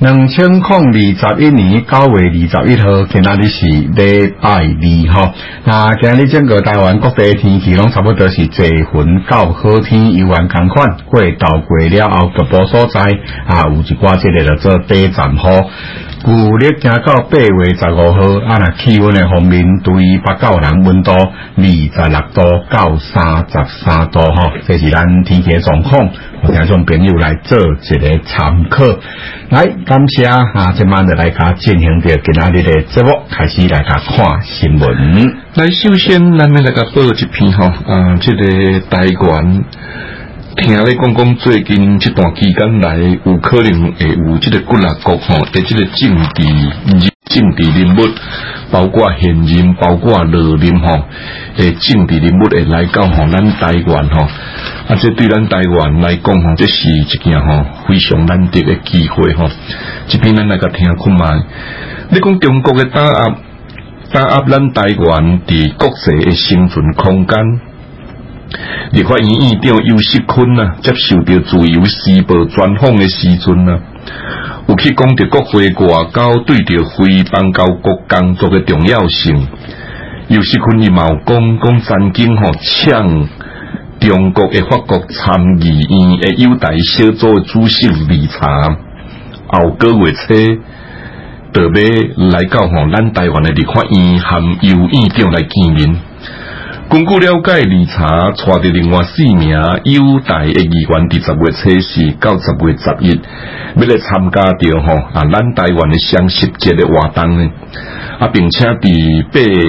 2021年9月21號，今仔日是禮拜二吼。那今日整個台灣各地天氣攏差不多是多雲到好天，有緣同款。過到過了後，局部所在有一寡即個叫做短暫雨。舊曆行到8月15號，那氣溫的方面，對北高南溫度26度到33度吼，這是咱天氣的狀況。我聽眾朋友來做一個參考。來，感謝今晚就來甲進行着今仔日的節目，開始來甲看新聞。 來，首先咱們來甲報一篇吼，這個台灣。聽咧講最近這段期間來有可能會有這個骨力國吼的這個政治人物，包括現任，包括落任吼的政治人物會來到吼咱台灣吼，這對咱台灣來講吼，這是一件吼非常難得的機會吼。這邊咱來個聽看賣，你講中國嘅打壓咱台灣佇國際嘅生存空間。立法院院長游錫堃接受到自由時報專訪的時陣有去講到國會外交對着非邦交國工作的重要性。游錫堃伊嘛有講曾經搶中國的法國參議院的友台小組的主席理查，後個月初就要來到咱台灣的立法院和游院長來見面。根據了解，理查帶着另外4名友台的議員，佇10月初4到10月11要來參加着咱台灣的雙十節的活動呢。並且佇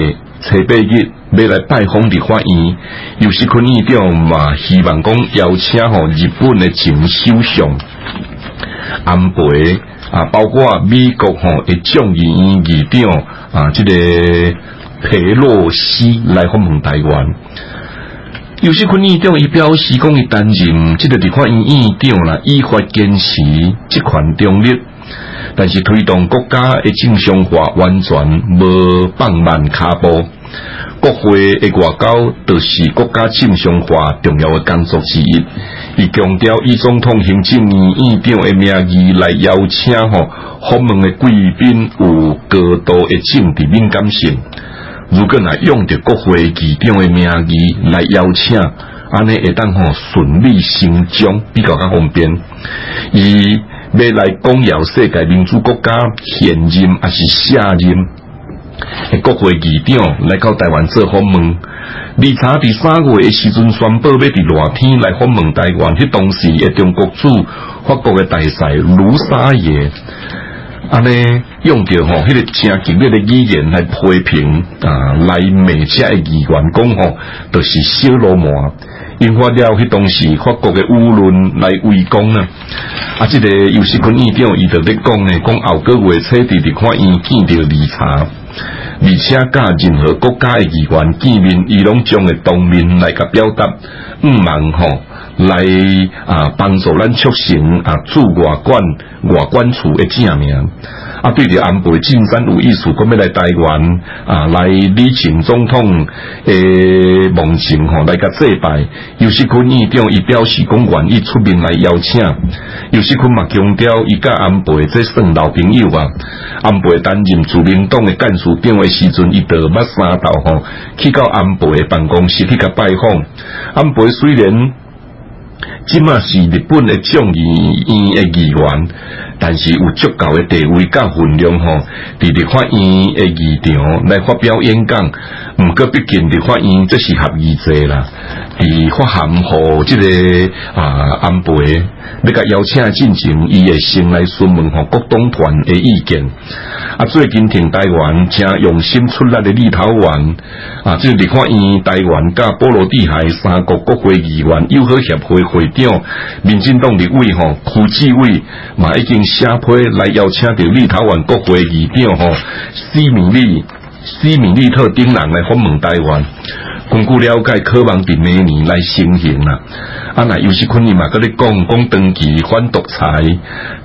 8日要來拜訪立法院。游錫堃院長嘛希望講邀請日本的前首相安倍包括美國的眾議院議長這個。佩洛西來訪問台灣，游錫堃院長伊表示講，伊擔任這個立法院院長啦，依法堅持職權中立，但是推動國家的正常化完全無放慢腳步。國會的外交就是國家正常化重要的工作之一。伊強調，以總統行政院院長的名義來邀請訪問的貴賓有高度的政治敏感性。如果用着國會議長的名義來邀請，安尼會當順理成章，比較較方便。伊要來講耀世界民主國家現任還是下任的國會議長來到台灣做訪問。理查佇3月的時陣宣布要佇熱天來訪問台灣，迄當時的中國駐法國的大使盧沙野。安尼用着迄個正激烈的語言來批評來美遮的議員講就是小流氓，引發了迄當時法國的輿論來圍攻啊！這個游錫堃院長伊就咧講呢，講後個月初佇立法院見到理查，而且甲任何國家的議員見面，伊攏將會當面來甲表達，毋茫來幫助咱促成駐外管處的正名。對着安倍晉三有意思，講要來台灣來履行總統的夢境來甲祭拜。游錫堃院長伊表示講願意出面來邀請。游錫堃嘛強調，伊甲安倍這算老朋友啊。安倍擔任自民黨的幹事長的時陣，伊就捌3度去到安倍的辦公室去甲拜訪。安倍雖然即馬是日本的眾議院的議員，但是有足夠的地位甲分量佇立法院的議場來發表演講。毋過畢竟立法院這是合議制啦，佇發函予這個安倍要甲邀請進前，伊會先來詢問國黨團的意見。最近挺台灣正用心出力的立陶宛這個立法院台灣甲波羅的海3國國會議員友好協會會長、民進黨立委區志偉嘛已經寫批來邀請到立陶宛國會議長西米利特丁人來訪問台灣。根據了解，渴望佇明年來成行啦。那游錫堃伊嘛，佮你講長期反獨裁，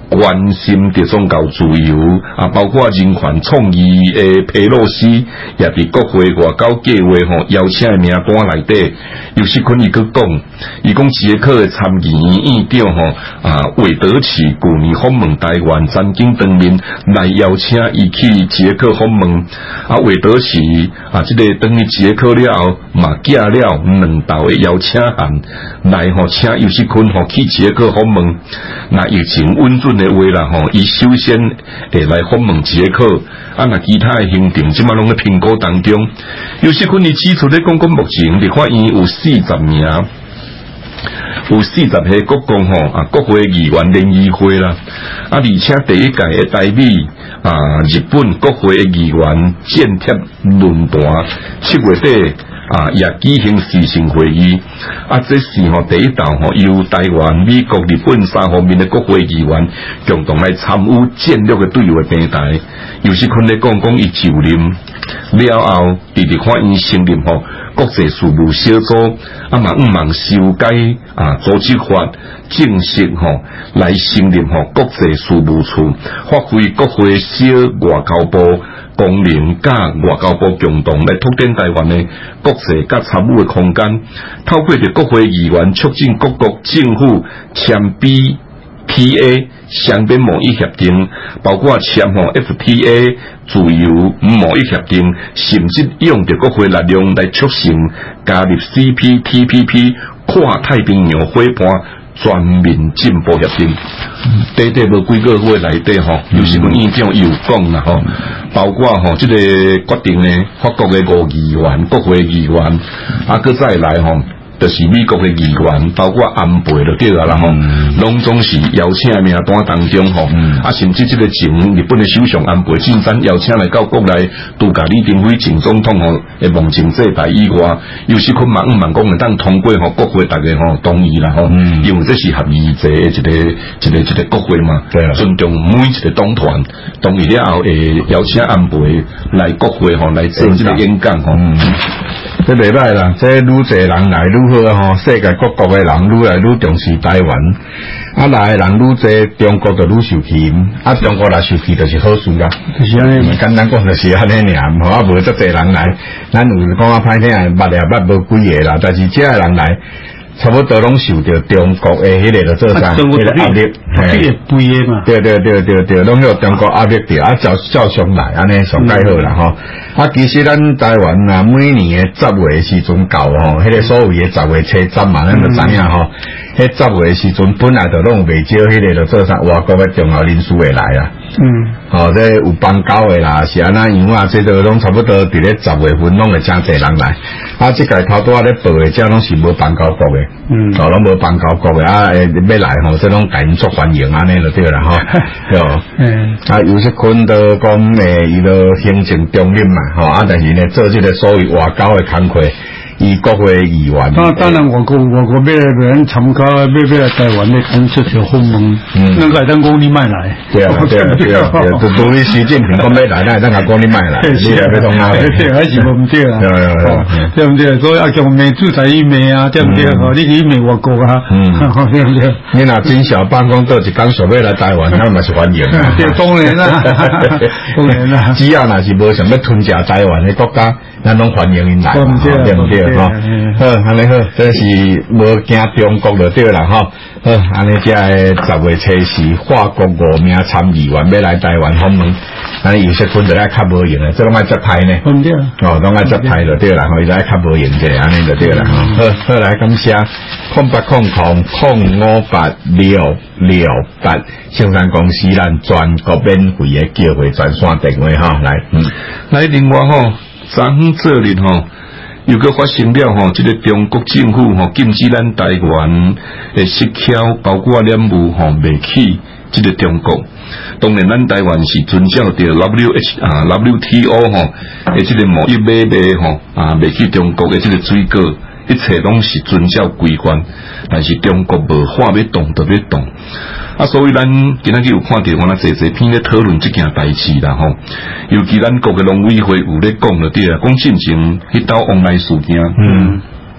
關心着宗教自由啊，包括人權創意的佩洛西也佇國會外交計劃邀請的名單內底。尤锡坤伊閣講，伊講捷克的參議院長韋德奇舊年訪問台灣，曾經當面來邀請伊去捷克訪問。韋德奇這個當去捷克了後，嘛寄了兩道的邀請函來請尤锡坤去捷克訪問。那疫情穩準的話啦，伊首先會來訪問捷克。那其他的行程即馬攏在評估當中。尤锡坤伊指出咧，講目前立法院有40名，有40個國共國會議員聯誼會啦，而且第一屆嘅代表日本國會嘅議員銼貼論壇7月底也舉行視訊會議，這是第一道由台灣、美國、日本3方面嘅國會議員共同來參與戰略嘅對話平台。尤锡坤咧講伊就任了後，佇立法院成立國際事務小組，嘛毋忙修改組織法，正式來成立國際事務處，發揮國會小外交部功能甲外交部共同來拓展台灣的國際甲參與的空間，透過着國會議員促進各國政府簽 BPA 雙邊貿易協定，包括簽FTA 自由貿易協定，甚至用着國會力量來促成加入 CPTPP 跨太平洋伙伴全面進步協定。短短無幾個月內底尤锡坤院長有講啦包括這個決定呢，法國嘅5議員、國會議員，佮再來就是美國嘅議員，包括安倍就對啦攏總是邀請名單當中甚至這個前日本嘅首相安倍晉三邀請來到國內度假李登輝前總統嘅夢情祭台以外，尤锡坤嘛毋忙講當通過國會大家同意啦因為這是合議制嘅一個國會嘛，尊重每一個黨團同意了後，邀請安倍來國會來做這個演講這袂歹啦，這愈濟人來愈好世界各國嘅人愈來愈重視台灣，來人愈濟，中國就愈受氣，中國來受氣就是好事啦。就是安尼，簡單講就是安尼爾，無遮濟人來，咱有講歹聽啊，捌無幾個啦，但是遮個人來。差不多攏受到中國誒迄個就做啥，迄個壓力，對，攏有中國壓力着，照常來，安尼上解好啦其實咱台灣每年嘅10月時陣到迄個所謂嘅10月車站嘛，咱就知影迄10月時陣本來就攏未少迄個就做啥外國嘅重要人士會來啦。這有邦交嘅啦，是安那樣這都攏差不多佇咧10月份攏會真濟人來。這屆頭拄仔咧報嘅，遮攏是無邦交國嘅，攏無邦交國嘅要來這攏大因足歡迎安尼就對啦尤锡坤都講伊都行政中立嘛，但是呢做這個所謂外交嘅工作。以國會議員， 當然外國要來參加，要來台灣咧，肯出條訪問，那個當講你賣來， 對啊，就對於習近平講要來，那當個講你賣來，你來要同啊， 對，還是唔對啊，對唔對？所以啊，強美駐台一美啊，對唔對？你去美外國啊，對唔對？ 你若真小辦公到一講想要來台灣，那嘛是歡迎啊， 對，當然啦，當然啦， 只要若是無想要吞食台灣嘅國家，咱攏歡迎因來，對唔對？好，安尼好，這是無驚中國就對啦好，安尼遮個10月初4，法國5名參議員要來台灣訪問，安尼尤锡坤就愛較無用咧，這攏愛接派呢，攏愛接派就對啦，伊就愛較無用嘅，安尼就對啦好，來感謝0800-558-668，生產公司咱全國免費嘅叫回專線電話來另外昨昏昨日又閣發生了這個中國政府禁止咱台灣誒石橋，包括染污賣去這個中國。當然，咱台灣是遵照着 WTO 誒這個貿易買賣去中國誒這個水果，一切攏是遵照規範。但是中國無法要動就要動，所以咱今仔日有看到我那濟篇咧討論這件代志啦尤其咱國嘅農委會有咧講了對啦，講進前迄道往來事件，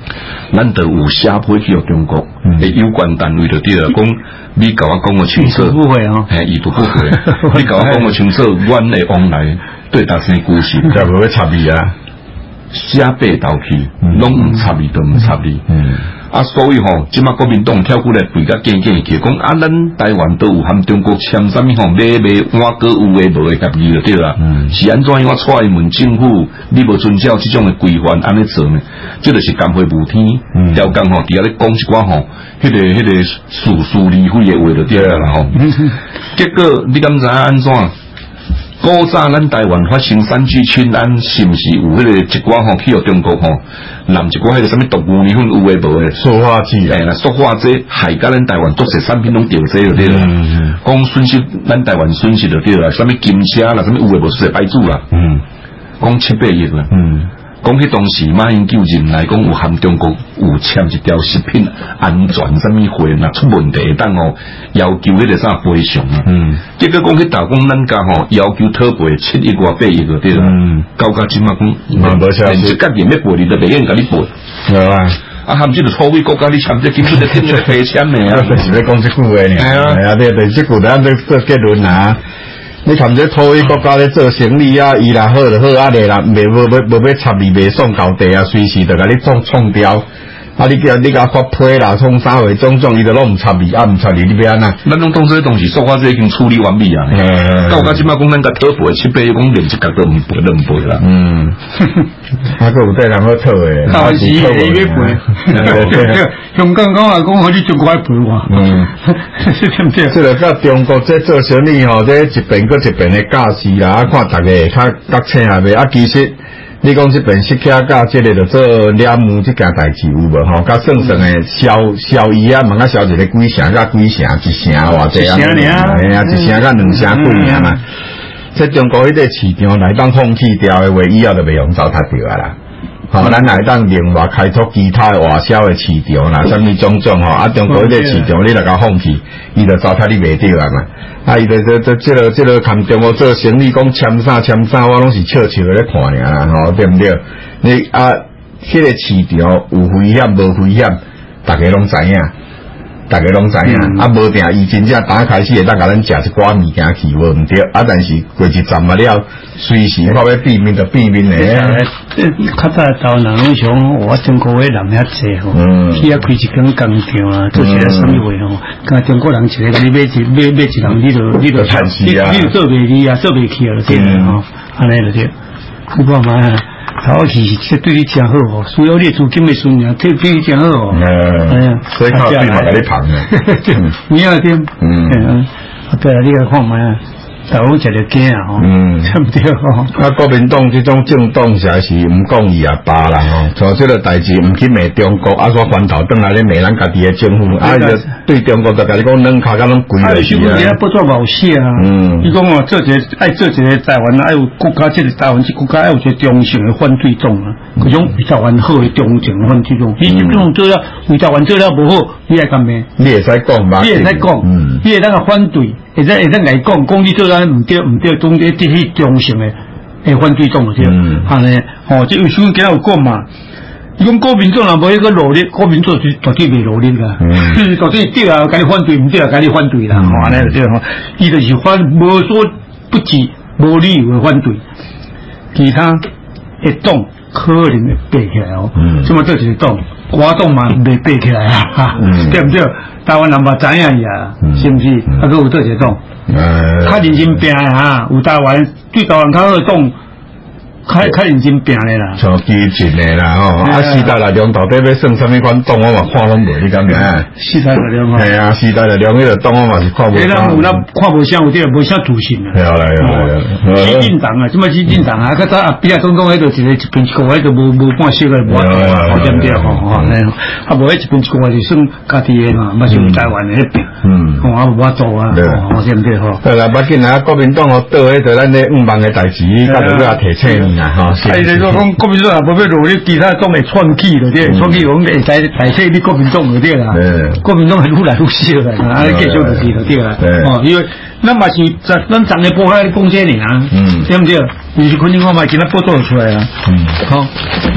咱就有写批去中国的有关单位就对了，讲你甲我讲个清楚， 不会哦， 伊都不会，你甲我讲个清楚，阮的往来对达生关系， 就无要插你啊， 写八道去，拢唔插你，都唔插你。啊，所以吼，即马国民党跳过来背甲见见去，讲啊，咱台湾都有含中国签啥物吼，买我个有诶无诶协议就对啦。是安怎样？我出来问政府，你无遵照即种诶规范安尼做呢？即就是干灰无天，调工吼，伫遐咧讲一寡吼，迄个事事理非诶话就对啦吼。结果你敢知影安怎？古早咱台湾发生三聚氰胺，是毋是有迄个一寡吼去到中国吼，淋一寡迄个什么毒物面粉有诶无诶？ 塑化剂啦，塑化剂害甲咱台湾做些产品拢掉这就对啦。讲损失咱台湾损失就对啦，什么金车啦，什么有诶无说摆住啦。讲7、8亿啦。讲迄当时马英九任来讲有含中国有签一条食品安全什么会若出问题，当吼要求迄个啥赔偿啊。结果讲迄道讲咱家吼要求讨赔7亿外8亿个对啦。到家即马讲，连一角钱要赔你都袂愿甲你赔。 对啊。 啊，含即个错位国家你签这根本就顶个赔签的啊。 就是要讲即句话呢。系啊，对，即句咱做结论啊。你看这土位国家咧做生意啊，伊若好就好啊，咧啦，无要插你，袂送到地啊，随时就甲你创掉。啊，你甲发批啦，创啥话种，伊就拢唔插你，啊唔插你，你要安那？ 咱拢当这东西，塑化剂已经处理完毕啊。到家即摆讲咱甲讨赔7、8亿，讲连一角都唔赔啦。 啊，个有对人好讨诶， 但是你要赔。香港讲话讲好你中国赔我。对不对？ 这个甲中国这做生意吼，这一边搁一边的架势啦，啊，看大家较请下袂啊，其实。你讲这边失客甲这个就做染污这件代志有无吼？甲算的销易啊，问下销一个几成甲几成，一成偌济啊？哎呀，一成甲2成几尔嘛？这中国迄个市场来当放弃掉的话，以后就袂用糟蹋掉啊啦。好，咱来当另外开拓其他外销的市场啦，啥物种吼？啊，中国迄个市场你来甲放弃，伊就糟蹋你袂掉啊嘛。啊，伊这个看中国做生意，讲签啥，我拢是笑咧看尔吼，对不对？你啊，迄个市场有危险无危险，大家拢知影。啊，无定伊真正打开始会当甲咱食一寡物件去，无毋对。啊，但是过一站啊了，随时我要避免就避免咧。 较早台湾人拢想，我中国诶人遐济吼，去遐开一间工厂啊，做些啥物话吼，甲中国人一个你买一人，你就趁势啊， 你就做袂起啊，做袂起啊，就对啦吼，安尼就对。你看嘛。头期这对你真好哦，需要你资金的时候，对你真好哦。哎呀， 所以靠对嘛，给你捧的。 你要点？对啊，你来看嘛。台湾食着惊啊吼，对不对吼？ 啊，国民党这种政党实在是唔讲伊也罢啦吼，做这个代志唔去骂中国，啊，说翻头转来咧骂咱家己的政府，啊，就对中国就甲你讲软脚甲拢跪落去啊。 啊，不做冒险啊。伊讲哦，做一个台湾爱有国家，这个台湾这国家爱有一个中性的反对党啊，嗰种为台湾好的中性反对党。你这种做了为台湾做了不好，你爱干咩？ 你会使讲嘛？ 你会使讲，你会当个反对。会使来讲你做咱唔对，中间这些中性的反对党对，安尼这有时候今日有讲嘛，伊讲国民党若无迄个努力，国民党是绝对袂努力啦，绝对对啊，甲你反对唔对啊，甲你反对啦，安尼就对吼，伊就是无所不及，无理由的反对，其他的党可能会背起来哦，这么这一个党，我党嘛袂背起来啊，对不对？台湾人嘛知影呀，是毋是？啊，佮有做一种，较认真拼啊！有台湾对台湾较好种，较认真拼的啦。 像基进的啦吼，啊时代力量到底要算什么款党，我嘛看拢无，你敢知？ 时代力量啊！ 系啊，时代力量迄个党我嘛是看无。 咱有看无啥有啲，无啥自信啊。 来， 激进党啊，即么激进党啊？较早啊，比较总统迄度一边一个，迄度无半小个，无对不对？吼，啊无迄一边一个是算家己的嘛，嘛是台湾的迄边，啊无法做啊，对不对？吼。 对啦，毕竟啊，国民党哦，倒迄个咱咧5万的代志，甲着要提醒你啊，吼。 哎，你说讲国民党也无要努力，其他党会串起了对，串起我们会使代替你国民党了对啦。国民党很愈来愈少啦，啊，继续就是了对啦。哦，因为咱嘛是咱长的播开讲这呢啊，对不对？就是可能我嘛今仔报道出来啦。好。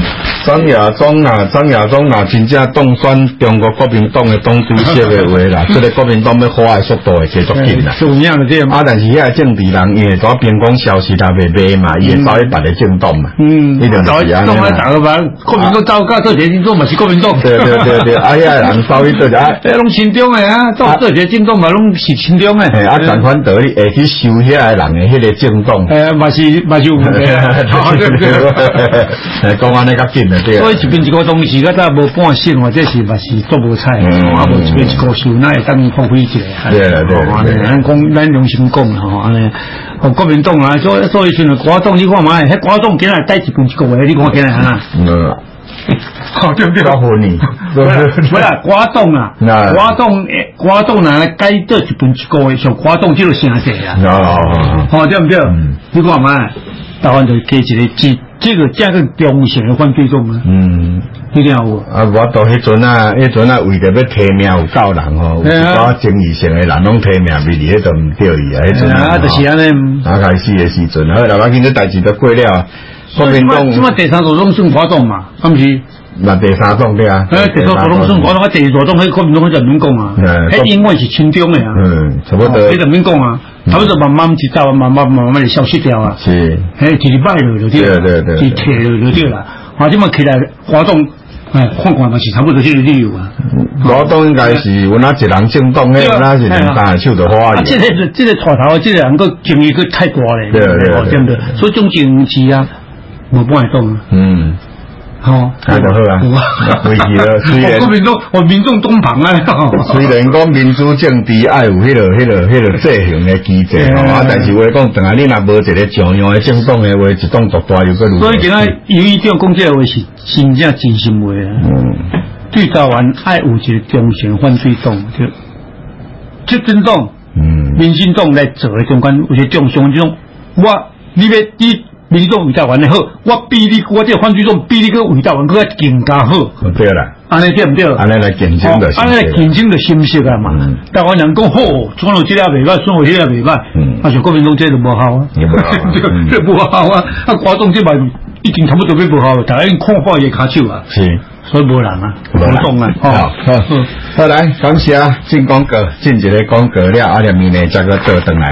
张亚中呐，真正当选中国国民党的党主席的话啦，这个国民党要花的速度会继续紧啦。 是有样的对啊，但是遐政治人因为做边讲消息他袂卖嘛，伊会走去别个政党嘛。一定是安尼嘛。 打个吧，国民党走到做些政党嘛是国民党。 对，啊，遐人走去做啊， 拢亲中的啊，做这些政党嘛拢是亲中的。 啊，相反道理会去收遐个人的迄个政党。 嘛是有问题啊，对不对？ 讲安尼较紧的对。 所以一边一个东西，个才无半信，或者是嘛是做无菜，啊无一边一个收，那会当发挥一下。 对， 咱讲咱良心讲吼，安尼，国民党啊，所以像国党，你看嘛，迄国党今日带一边一个话，你看今日安那？对不对？ 搞混你， 不啦，国党啊，国党呐，改做一边一个，像国党就声势啊。对不对？你看嘛，台湾就加一个这个中性的犯罪中啊。一定有。啊， 我到迄阵啊，为着要提名有够人吼，有一寡争议性的人拢提名未离，迄都唔对伊啊，迄阵啊， 就是安尼。 开始的时阵，好啦，我今日代志都过了。国民党什么第三组拢算国党嘛，是不是？ 那第三种对啊。 第三组拢算国党，第二组迄国民党迄就免讲啊。迄因为是亲中的啊。 差不多。 迄就免讲啊，差不多慢慢一走，慢慢就消失掉啊。 是。 一摆落就对。 对。 一退落就对啦。啊，即么起来国党，看嘛是差不多这个理由啊。 国党应该是有哪一人政党诶，有哪是两大手就花去。这个带头，这个人个争议个太大咧。对，对不对？所以种政治啊。我不爱动。好， 那就好啊。危机了，虽然我民众东旁啊。 虽然讲民主政治爱有迄个制衡的机制但是话讲，等下你若无一个像样的政党的话，一党独大又个如何？ 所以今仔由于这种讲这话是真正真心话啊。对台湾爱有一个中性犯罪党，就执政党、民进党来做的中间有一个中性这种，你民众为台湾的好，我这犯罪种比你个为台湾更加好。 对啦， 安尼对不对？ 安尼来竞争的， 安尼来竞争的心色啊嘛。台湾人讲好，转到这了袂歹，转到这了袂歹，啊，像国民党这就无效啊，这无效啊。啊，国党这嘛已经差不多要无效，大家已经看破伊骹手啊。是。所以无人啊，无动啊， 好来，感谢进广告，进一个广告了，啊，连面呢再个倒转来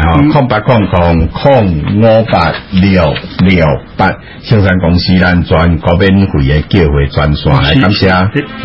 0800586668，生产公司咱全国免费的叫回专线来，感谢。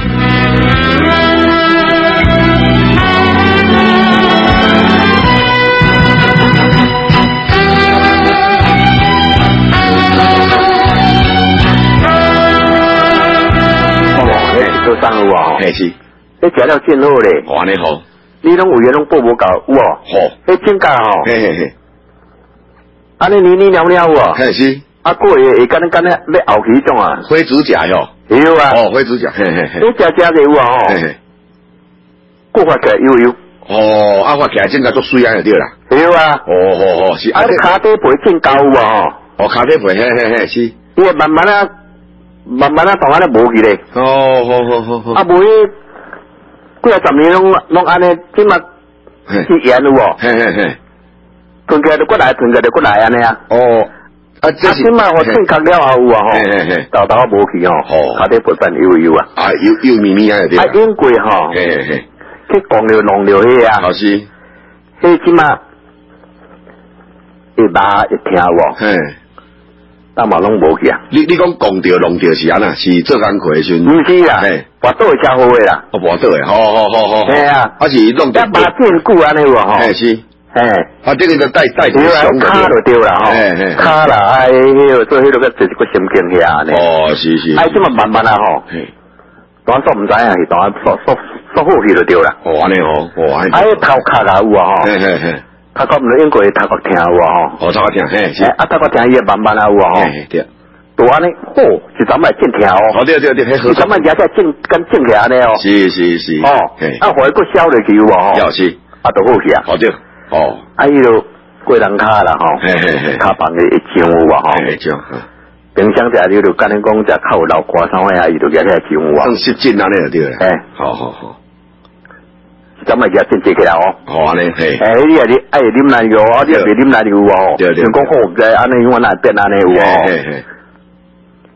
做生有啊， 嘿是， 你食了真好咧。 安尼好， 你拢有嘢拢报无够有哦。 好， 迄真假吼。 嘿。 安尼黏了有哦。 嘿是。 啊，过会干要后起种啊。 花指甲哟。 有啊。 花指甲，嘿。 你食就有啊吼。 嘿。 过发起来有。 啊发起来真个足水啊就对啦。 有啊。 哦是。 啊，你骹底皮真高有啊吼。骹底皮，嘿是。 伊会慢慢啊，同安尼无去咧。 好。 啊，无迄几啊10年拢安尼，即嘛是盐有无？ 嘿。 囤起来就过来，安尼啊。啊，即嘛我正确了后有啊吼。嘿。豆无去吼。骹底皮板有啊。 啊，有咪咪啊对。 啊，因过吼。 嘿。 去讲了弄了迄啊。 好是。 迄即嘛会麻会疼无？ 嘿。 但嘛拢无去啊！ 你讲讲着弄着是安那？是做工课的时阵？ 唔是啦，滑倒会车祸的啦。 滑倒的，好。 系啊， 啊是弄着。 麻变久安尼喎吼。 嘿是。啊这个就带着伤卡就对啦吼。卡啦，迄个做迄个就是个神经遐呢。 是。 哎，即嘛慢慢啊吼。当煞唔知影是当煞好去就对啦。 安尼好。 哎，头壳啊有啊吼。 嘿。 他讲唔是因过头壳疼有啊吼，头壳疼嘿， 啊头壳疼伊慢慢啊有啊吼， 对， 都安尼，一阵仔真疼哦， 对，迄好， 一阵仔食起正起安尼哦， 是， 啊，互伊佫消落去有啊吼， 是， 啊，都好去啊， 对， 啊，伊就过人骹啦吼，骹房的会痒有啊吼，平常食你就干恁讲食较有流汗啥物啊，伊就夹起来痒有啊， 湿疹安尼就对啦，好。 咁咪日真正起来哦， 安尼嘿， 你也爱啉奶油啊，你也别啉奶油啊， 对， 像讲好唔知安尼我哪变安尼有啊，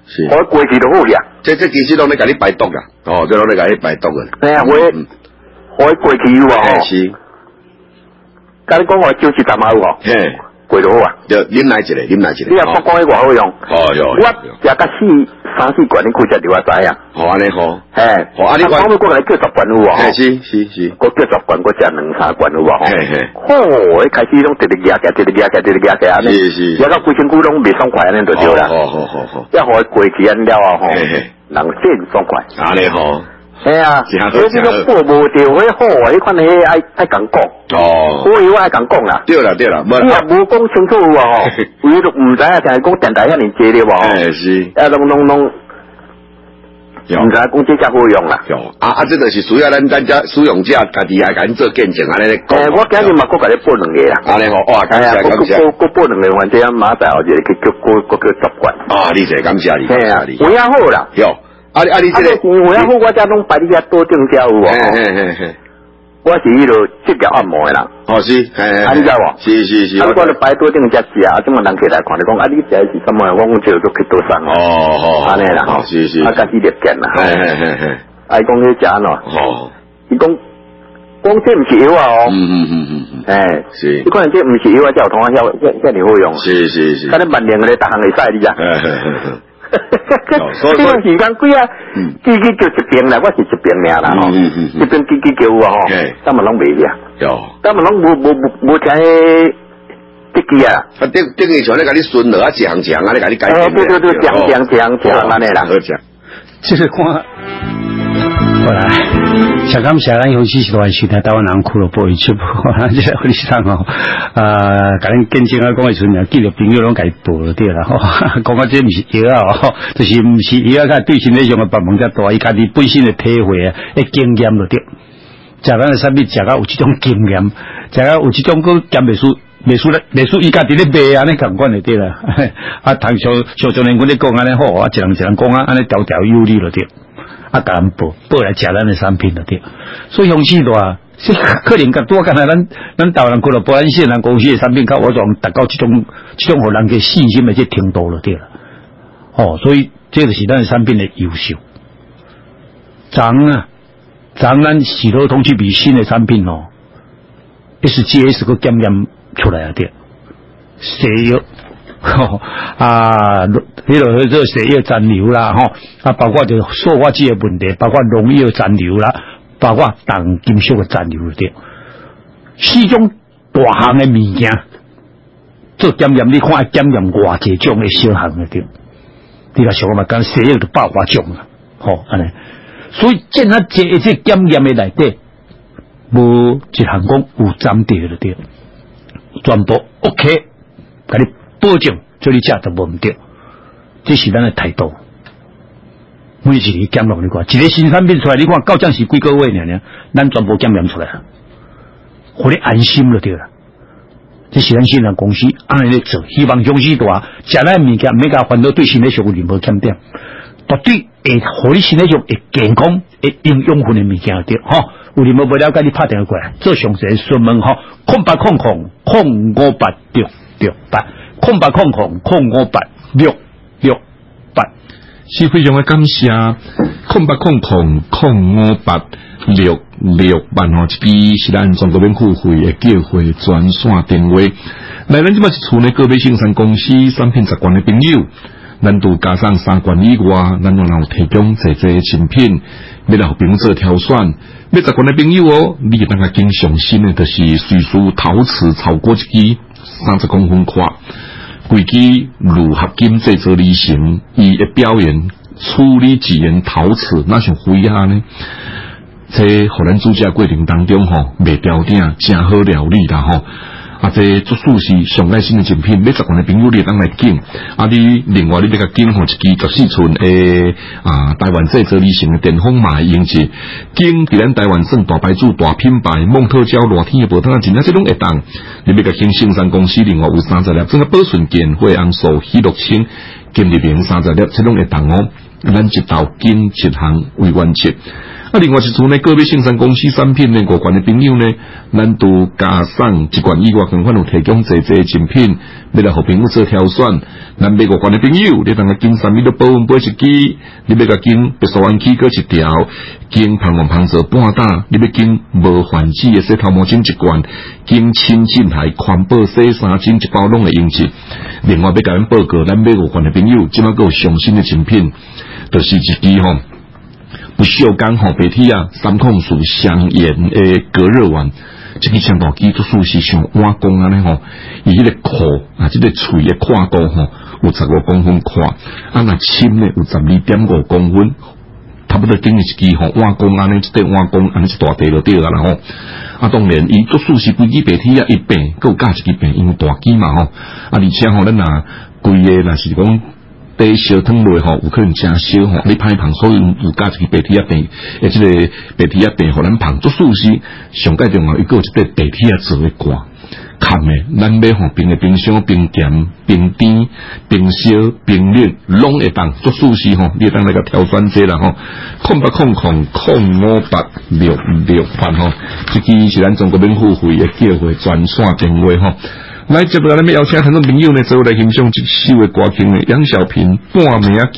是，我过去都好呀。 这其实拢咧甲你排毒啦，哦，这拢咧甲你排毒嘅。 哎呀，我过去有啊， 是。 甲你讲我酒是淡薄哦， 嘿， 过得好啊。 就啉来一个。 你若不讲迄偌好用， 哟， 我食到3、4罐，你估食就我知啊。 好安尼好， 嘿， 啊你讲要过来叫10罐有无？ 嘿，是， 我叫10罐，我食2、3罐有无？ 嘿， 一开始拢直直压安尼， 是， 压到规身躯拢袂爽快安尼就对啦。 好， 要互过去安了啊吼，人真爽快。 安尼好。 系啊，所以你讲报无着，迄好啊，迄款迄爱讲讲。 哦， 我以为爱讲讲啦。 对啦， 你也无讲清楚啊吼，伊都唔知啊，淨係講電台遐尼濟咧喎。 哎是。 弄，唔知講這隻好用啦。 這就是需要咱家使用者家己來甲咱做見證安尼咧講。 我今日嘛，我甲你報兩個啦。 安尼好，哇，感謝。 我報兩個，反正馬仔後日去叫10罐。 啊，你謝感謝你。 係啊，有影好啦。 有。你這個有影好，我才攏擺你遐多定價有喎。 我是迄個職業按摩的啦。 哦是， 你知無？ 是。 我就擺多定價食，這麼人起來看，你講你食的是什麼？我講這個都去多上。 哦， 安尼啦， 是。 家己立見啦。愛講迄食安怎？ 哦。 伊講這唔是藥啊哦。 是。 你可能這唔是藥啊，叫同學遐尼好用。 是。 看你萬年嘅，逐項會使你知。 所以時間幾啊？支叫一瓶啦，我是一瓶爾啦吼，一瓶支叫有啊吼，根本攏袂呀，根本攏無聽支支啊。 等於像咧，甲你順落啊，一項啊，咧甲你改。 對，講安尼啦。 這個看，好啦，小感謝咱有時時段時聽台灣人俱樂部去，即係我哋上吼，甲咱見證啊，講嘅時陣，幾個朋友攏甲伊報咗啲啦，講啊，這唔是藥啊，就是唔是藥啊，對身體上嘅幫忙較大，伊家己本身嘅體會啊，嘅經驗就對，食咱嘅產品食到有這種經驗，食到有這種個減袂輸伊家己咧賣安尼共款就對啦，通常上年我咧講安尼好啊，一人講啊，安尼條條有理就對。甲咱報來食咱嘅產品就對，所以雄起大，可能較多干那咱台灣人俱樂部咱線人公司嘅產品，較我仲達到這種互人嘅信心嘅這程度就對啦。所以這就是咱嘅產品嘅優秀。咱喜樂通去比新嘅產品SGS 個檢驗出來啊對，西藥。迄個這血液殘留啦，包括就塑化劑嘅問題，包括農藥殘留啦，包括重金屬嘅殘留對，四種大項嘅物件做檢驗，你看檢驗偌濟種嘅小項嘅對，你若想嘛，講血液就百外種啦，安尼，所以見他這檢驗嘅內底，無一項講有針對嘅對，全部 OK，甲你。保證做你食都無唔對，這是咱嘅態度。每一個檢驗你看，一個新產品出來，你看到這是幾個月呢？咱全部檢驗出來，互你安心就對啦。這是咱新人公司安尼咧做，希望將士大食咱物件，免甲煩惱對身體上有任何欠點，絕對會互你身體上會健康、會營養分嘅物件對，有任何不了解，你拍電話過來做詳細詢問0800058668。0800058668， 是非常嘅感謝。0800058668，這支是咱全國免付費嘅叫貨專線電話。來，咱即擺是厝內個別生產公司產品習慣嘅朋友，咱都加上3罐以外，咱仲有提供濟新品，要來互朋友做挑選。要習慣嘅朋友你當個經上新嘅，就是瑞士陶瓷超過一支30公分寬。規支鋁合金製作而成，伊嘅表現處理自然陶瓷，那像灰啊呢？這互咱煮食過程當中袂掉頂，真好料理啦這足屬是上愛新嘅精品，要習慣嘅朋友你當來揀。你另外你要甲揀一支14寸嘅台灣製作而成嘅電風嘛用者，揀佇咱台灣算大牌子、大品牌，蒙特膠、熱天嘅無通真正這種會當。你要甲揀生產公司，另外有30粒，整個保存健、惠安素、喜樂清、金利明30粒，這種會當咱一道金一项为原则。另外一处呢，个别生产公司产品呢，五罐的朋友呢，咱都加送一罐以外，更款有提供济精品，要来互朋友做挑选。咱买五罐的朋友，你当个金3米的保温杯一支，你要个金别墅湾起搁一条，金胖王胖做半打，你要金无环子的洗头毛巾一罐，金清净台环保洗衫巾一包拢会用起。另外要甲咱报告，咱买五罐的朋友，即马还有上新的精品，就是一支吼。不锈钢白铁啊，3控属香烟的隔热丸，这个香包机做属是像碗公安尼吼，伊迄个壳啊，这个喙的宽度吼有15公分宽，啊那深呢有12.5公分，差不多等于一支吼碗公安尼，这个碗公安尼一大地就对啦吼。啊，当然伊做属是规支白铁啊一柄，佮有加一支柄，因为大支嘛吼，啊而且吼咱若规个若是讲。底烧汤落吼，有可能真烧吼，你歹芳，所以有加一个白铁饼，即个白铁饼互咱芳做素食，上介重要，伊个有一块白铁做的挂，看的，咱买吼冰的冰箱、冰甜、冰甜、冰烧、冰冷，拢会当做素食吼，你当那个挑选者啦吼，0800-058668吼，这支是咱中国免付费的叫货专线电话吼。来，接下来咱们邀请很多朋友呢，做来欣赏这首的歌曲呢，杨小平半暝行。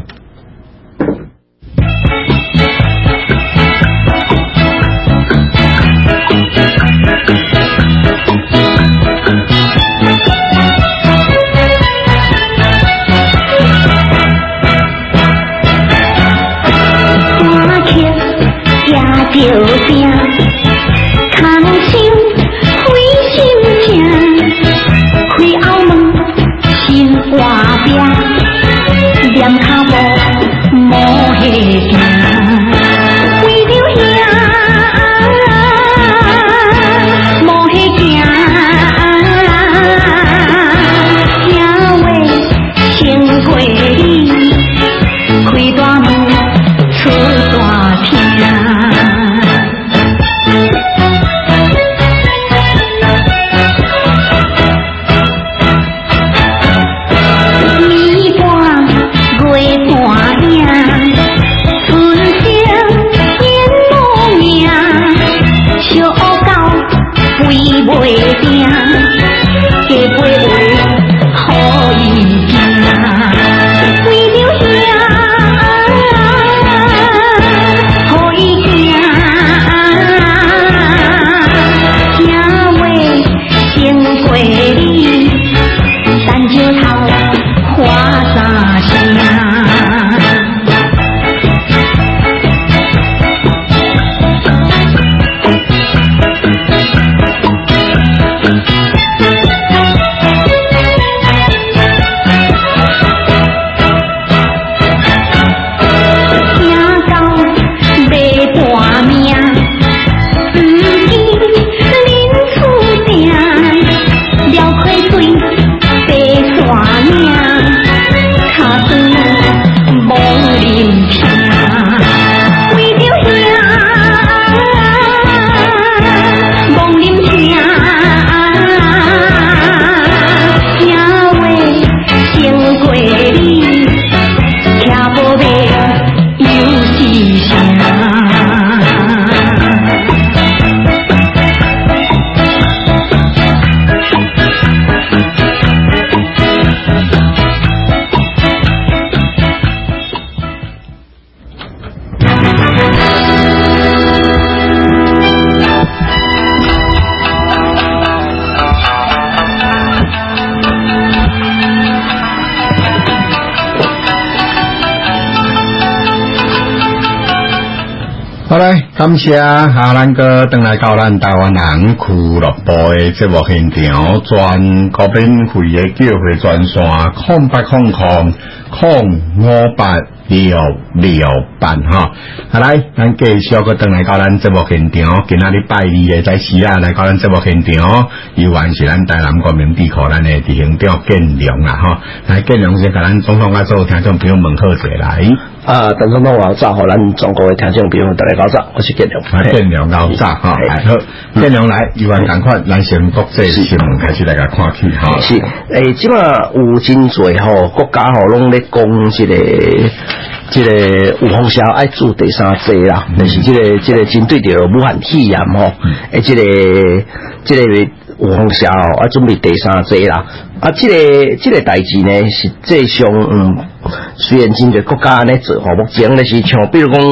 好嘞，感谢咱个登来到咱台湾人俱乐部的节目现场，全国免费的叫货专线0800-058-668哈。好来，咱继续个登来到咱节目现场，今仔日拜2个在时啊，来到咱节目现场，依然是咱台南国民地区咱的执行长建良啦哈。来，建良先甲咱总统甲所有听众朋友问好者来。 邓总统好，早，咱中国的听众朋友大家好早，我是建良。 建良好早哈，好，建良来，依然赶快咱先国际新闻开始来甲看起哈。 是，即马有真侪吼国家吼拢咧讲这个这个有风险爱做第三剂啦，就是这个针对着武汉肺炎吼，这个有风险啊准备第三剂啦。啊，这个代志呢，实际上虽然真侪国家安尼做吼，目前就是像比如讲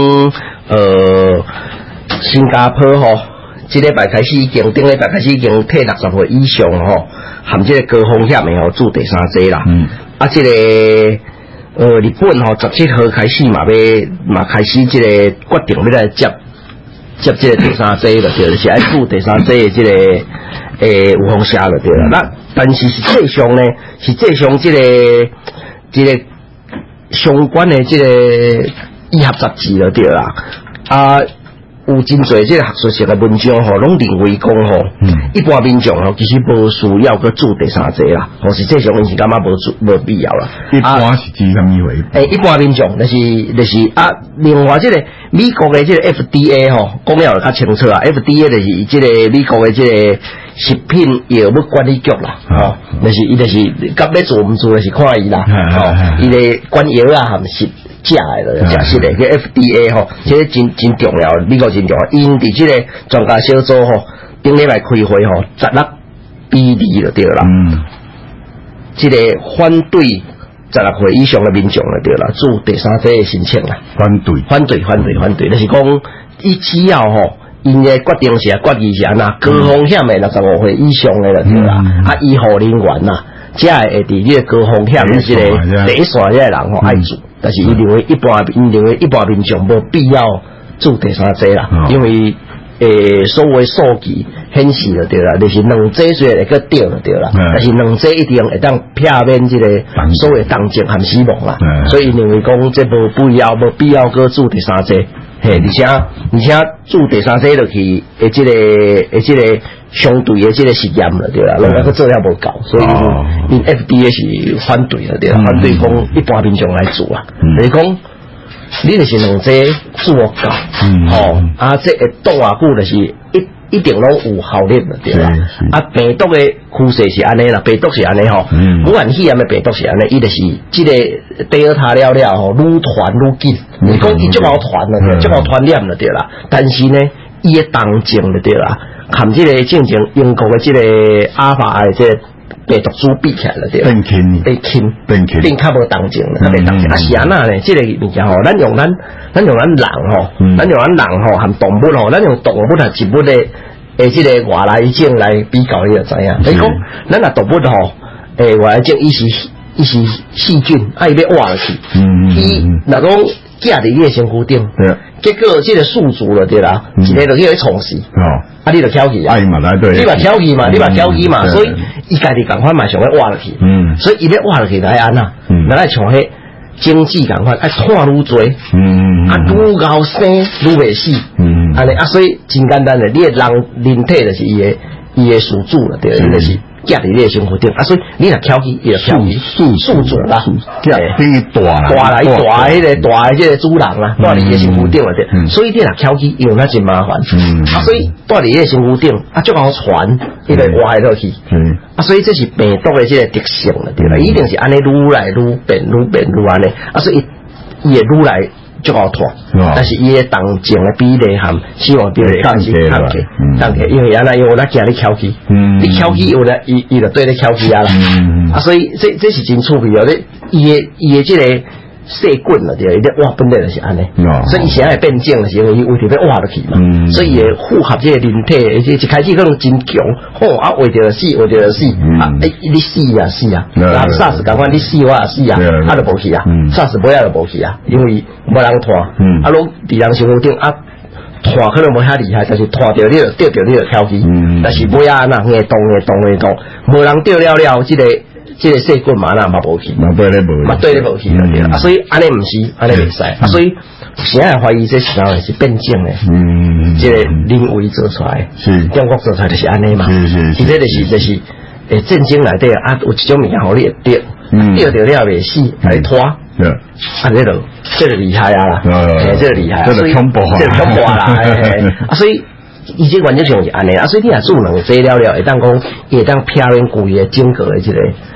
新加坡吼，这礼拜开始已经，顶礼拜开始已经替60岁以上吼，含这个高风险的吼做第三剂啦。啊，这个日本吼17号开始嘛开始这个决定要来接这个第三剂了，就是爱做第三剂的这个有风险了，对啦。那但是实际上呢，这个相关的这个医学杂志了，对啦。啊，有真侪这个学术性的文章吼，拢认为讲吼，一般民众吼其实无需要去做第三剂啦，或实际上因是感觉无必要啦。 一般是指什么回？ 一般民众就是啊，另外这个美国的这个 FDA 吼，讲了较清楚啊 ，FDA 就是这个美国的这个食品药物管理局啦，吼，就是伊就是甲要做毋做就是看伊啦，吼，伊的管药啊含是食的了，食实的，个 FDA 吼，这个真重要，美国真重要，因伫这个专家小组吼，顶礼拜开会吼，16比2就对啦，这个反对16岁以上的民众就对啦，做第三剂的申请啦，反对，就是讲伊只要吼。因的决定是决议是安那，高风险的65岁以上的了对啦，啊医护人员呐，才会伫这个高风险的这个第一线这个人吼爱做，但是因认为一般民众无必要做第三剂啦，因为所谓数据显示了对啦，就是2剂虽然会个掉了对啦，但是2剂一定会当避免这个所谓重症和死亡啦，所以认为讲这无必要去做第三剂。嘿，而且做第三剂落去，这个相对的这个实验了，对啦，那个做了无够，所以因 FDA 是反对了，对啦，反对讲一般民众来做啊，就是讲你就是2剂做够，啊，这会多偌久就是一定拢有效力了，对啦，啊，病毒的趋势是安尼啦，病毒是安尼吼，武汉肺炎的病毒是安尼，伊就是这个第二塔了吼，愈传愈紧。你讲伊足好传了，足好传染了对啦，但是呢，伊的动静了对啦，含这个正经英国的这个阿尔法的这个病毒株比起来了对啦，变较无动静了，较袂动静。啊是安那呢？这个物件吼，咱用咱人吼，含动物吼，咱用动物和植物的这个外来种来比较，你就知影。你讲咱若动物吼，外来种伊是细菌，伊要活落去，伊若讲。架伫你的身躯顶，结果这个宿主了对啦，一个就去创死，啊你就挑起啊，你嘛挑起嘛，所以伊家己赶快嘛想要挖落去，所以伊要挖落去来安那，来像迄经济赶快爱拖愈多，啊愈高生愈袂死，安尼啊所以真简单的，你的人体就是伊的宿主了对，伊就是架伫你的身躯顶，啊所以你若挑起，伊就挑起宿主啦， 等于大迄个大的这个主人啦，带伫伊的身躯顶了对，所以你若挑起，用那真麻烦，啊所以带伫伊的身躯顶，啊足好传，伊就活落去，啊所以这是病毒的这个特性了对啦，一定是安尼愈来愈变安尼，啊所以伊会愈来足好拖，但是伊的动静的比例含死亡比例降低，因为安那因为我惊你挑起，你挑起有咧，伊就对你挑起啊啦，啊所以这是真趣味哦，伊的这个细菌了对，伊咧哇本来就是安尼，所以伊现在变种是因为伊为着要挖落去嘛，所以伊会符合这个人体，而且一开始可能真强，啊为着死，啊你死啊，啊SARS赶快你死我也死啊，啊就无去啊，SARS尾仔就无去啊，因为无人拖，啊拢伫人身躯顶啊。拖可能无遐厉害，但是拖着你就钓着你就挑起，但是尾仔那硬动，无人钓了，这个细菌嘛那嘛无去，嘛对咧无去了对啦，啊所以安尼毋是，安尼袂使，啊所以现在怀疑这是哪是变种的，这个人为做出来，中国做出来就是安尼嘛，其实就是战争内底啊有一种物件互你会钓着了袂死，来拖。啊，这个厉害啊！这个厉害， 这个恐怖啦！啊，所以伊这原则上是安尼啊，所以你若做2剂了，会当讲会当避免规个整个的这个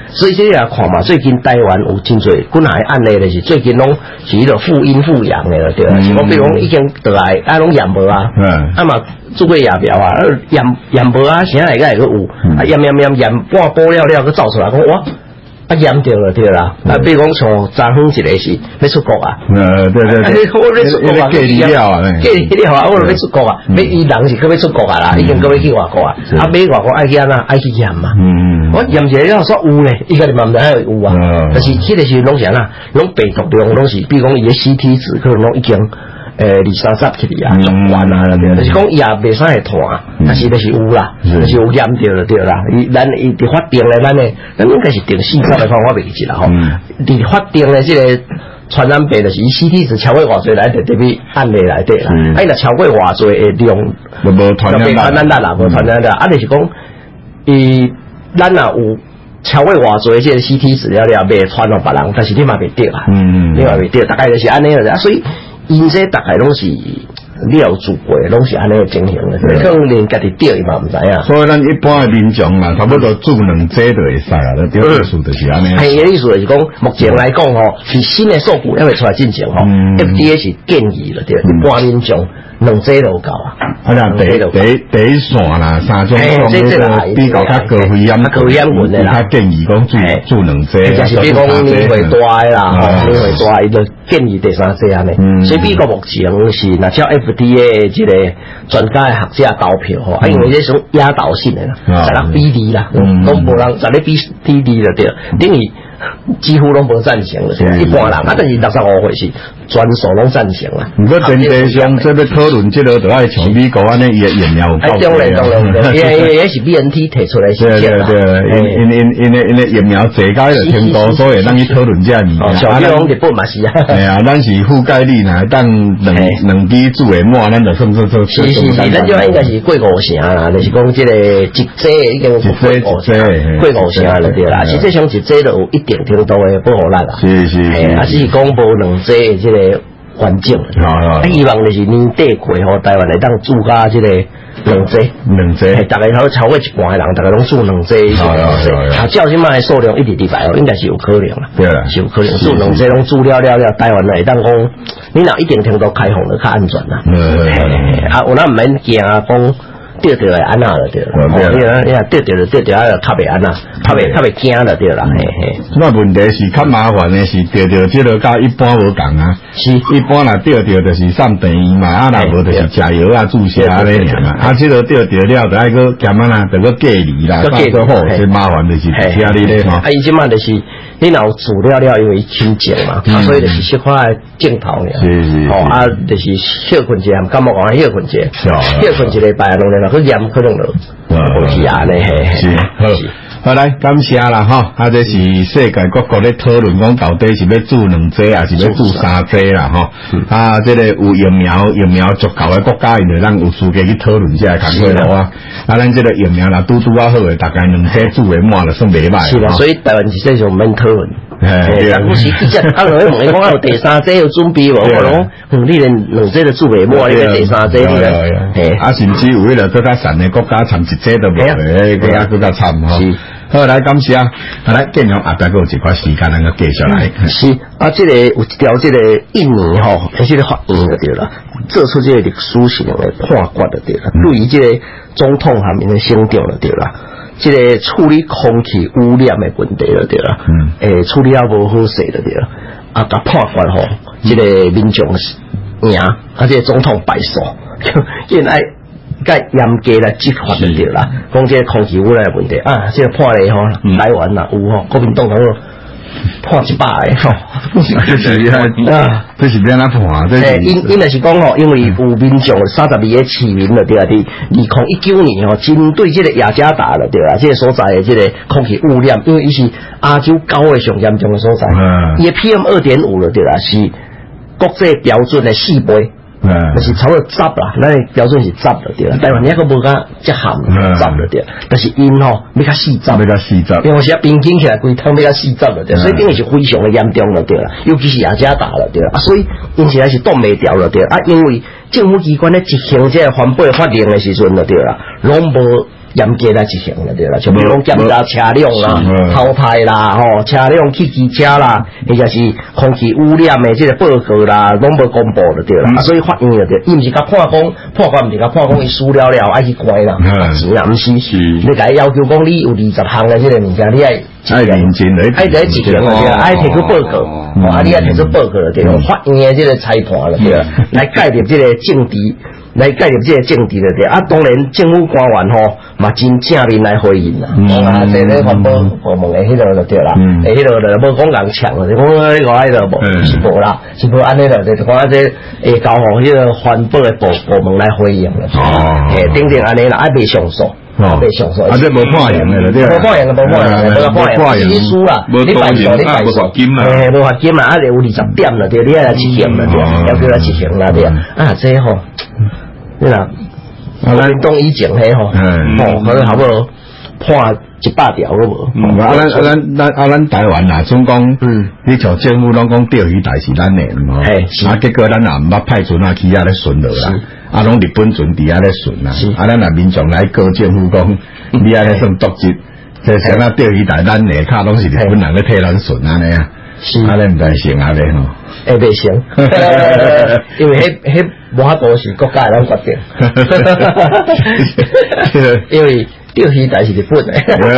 所以这个看嘛，最近台湾有真侪几下案例的是最近拢是迄个负阴负阳的对啦，是讲比如讲已經得來啊攏驗無啊，啊嘛做過驗苗啊，驗無啊，啥會個有，啊驗半煲了佢走出來講哇。啊，驗掉了對啦，啊，比如講像昨昏一個是要出國啊， 對， 我要出國啊， 隔離了啊， 我要出國啊，伊人是佢要出國啊啦，已經佢要去外國啊，啊，買外國愛去安那愛去驗嘛，我驗一個了說有咧，伊家己嘛唔知喺有啊，但是迄個時攏是安那，攏病毒量攏是，比如講伊個 CT 值可能攏已經2-3十起啊，足懸啊，對，就是講伊也袂啥會痛，但是就是有啦，就是有驗掉了對啦，咱伊佇法定咧，咱應該是定4-5的方法袂記啦吼，佇法定咧即個傳染病就是伊 CT 值超過偌濟來得特別案例來對啦，啊伊若超過偌濟會量，無傳染力啦，無傳染力，啊就是講伊咱若有。超過偌濟即個 CT 值了袂傳互別人，但是你嘛袂得啊，你嘛袂得，大概就是安尼啦，所以因這大概攏是你有做過，攏是安尼個情形嘅，可能連家己得伊嘛唔知啊。 所以咱一般嘅民眾嘛，差不多做兩劑就會使啦，對意思就是安尼。 係嘅意思就是講，目前來講吼，是新嘅數據還未出來進前吼 ，FDA 是建議啦，對，一般民眾兩劑就夠啊。 啊，第一線啦，三種比較較高危險群嘅啦，建議講做兩劑， 就是比如講年歲大啦，年歲大伊就建議第三劑安尼。所以美國目前是若照 FDA 即個專家嘅學者投票吼，啊，因為這種壓倒性嘅啦，16-2啦，都無人16-2啦對，等於幾乎攏無贊成啦，一般人啊，但是65歲是全數�攏贊成啦。 如果真地上這要討論這個，就愛從美國安尼伊疫苗有夠當然，也是 BNT 提出來是這樣啦。 因疫苗這屆就聽過，所以咱去討論這物。 像你講日本嘛是啊。係啊，咱是覆蓋率呐，當兩支做誒滿，咱就算。 是，咱就應該是過5成啦，就是講這個一劑已經過5成了對啦。實際上一劑就有一定程度嘅保護力啦。是。啊，只是講無兩劑這個環境。希望就是年底過後，台灣來當注加這個兩劑，大概超過一半嘅人，大概攏做兩劑。啊，照即賣數量一直來哦，應該是有可能啦。對啦，是有可能做兩劑攏做了，台灣來當講，你若一定程度開放就較安全啦。啊，有咱唔免驚啊，講。得來安那了對啦，你啊得就較袂安那，較袂驚了對啦， 那問題是較麻煩的是得這個甲一般無共啊，是一般若得就是送病院嘛，啊若無就是食藥啊注射安尼爾嘛，啊這個得了就愛個減啊啦，就個隔離啦，較好，最麻煩就是聽你咧吼。啊，伊即馬就是你若有做了，因為清靜嘛，啊所以就是小塊鏡頭爾，是，哦啊就是休困者，感冒講休困者，休困一禮拜攏咧。佢驗可能就冇事啊咧，是好來感謝啦哈，啊這是世界各國咧討論講到底是要做兩劑還是要做三劑啦哈，啊這個有疫苗足夠嘅國家，因為咱有資格去討論這個工作啊，啊咱這個疫苗啦拄啊好嘅，大概兩劑做嘅滿就算袂歹。是啦，所以台灣實際上唔免討論。係，不是一隻啊！我問你講有第三劑要準備無？我講，你連兩劑都做袂滿，你個第三劑你咧？啊，甚至有迄個更加神嘅國家，參一劑都無，更加參吼。好，來感謝啊！來，建陽後壁個有一塊時間，咱個繼續來。是啊，這個有一條這個印尼吼，這個法院就對啦，做出這個歷史性嘅判決就對啦，對於這個總統下面嘅行政就對啦。這個處理空氣污染的問題了對啦，處理啊無好勢了對啦，啊甲判決吼，這個民眾贏，啊這個總統敗訴，因愛較嚴格來執法了對啦，講這個空氣污染的問題啊，這個判例吼，台灣啦有吼，國民黨講判100個吼，啊，這是變哪判啊？因為是講吼，因為有民眾32個市民了對啦，佇2019年吼，針對這個雅加達了對啦，這個所在的這個空氣污染，因為伊是亞洲高的上嚴重的所在，伊的 PM2.5了對啦，是國際標準的4倍。就是差不多10啦，咱標準是10了對啦。台灣一個無甲遮鹹10了對，但是因吼要甲40，因為是平均起來規湯要甲40了對，所以等於是非常的嚴重了對啦。尤其是雅加達了對啦，啊，所以因現在是擋袂掉了對啊，因為政府機關咧執行這個環保法令的時陣了對啦，攏無严格来执行了对啦，就比如讲检查车辆啦、偷拍啦、车辆汽机车啦，或者是空气污染的这个报告啦，拢无公布了对啦，所以法院了对，伊毋是甲判讲，判官毋是甲判讲伊输了爱去关啦，钱啦，毋是，你甲伊要求讲你有20项的这个物件，你爱认真的，爱在执行了对啦，爱提出报告，你爱提出报告了对啦，法院的这个裁判了对啦，来介入这个政治。来介入这个政治了对，当然政府官员嘛真正面来回应啦，这个环保部门的迄个就对啦，迄个就无讲人抢了，讲迄个迄个是无啦，是无安尼了，就看这会交互迄个环保的部门来回应了，顶顶安尼啦，未上诉。被上诉， 这无判刑的了，对无判刑，无判刑，你输啦，你败诉，你败诉，无罚金嘛，有20点了，对，你来执行了，对，要叫他执行了，对，这你啦，运动以前迄可能差不多判100条都无。 咱台湾啦，总讲，你像政府拢讲钓鱼台是咱的嘛，结果咱也毋捌派船去遐咧巡逻啦。拢日本船伫遐咧巡啦，咱若民众来告政府讲，你遐咧算渎职，即像那钓鱼台，咱下骹拢是日本人咧替咱巡安尼啊，安尼毋知行安尼吼？ 袂行，因为迄无法度是国家人决定，因为钓鱼台是日本的。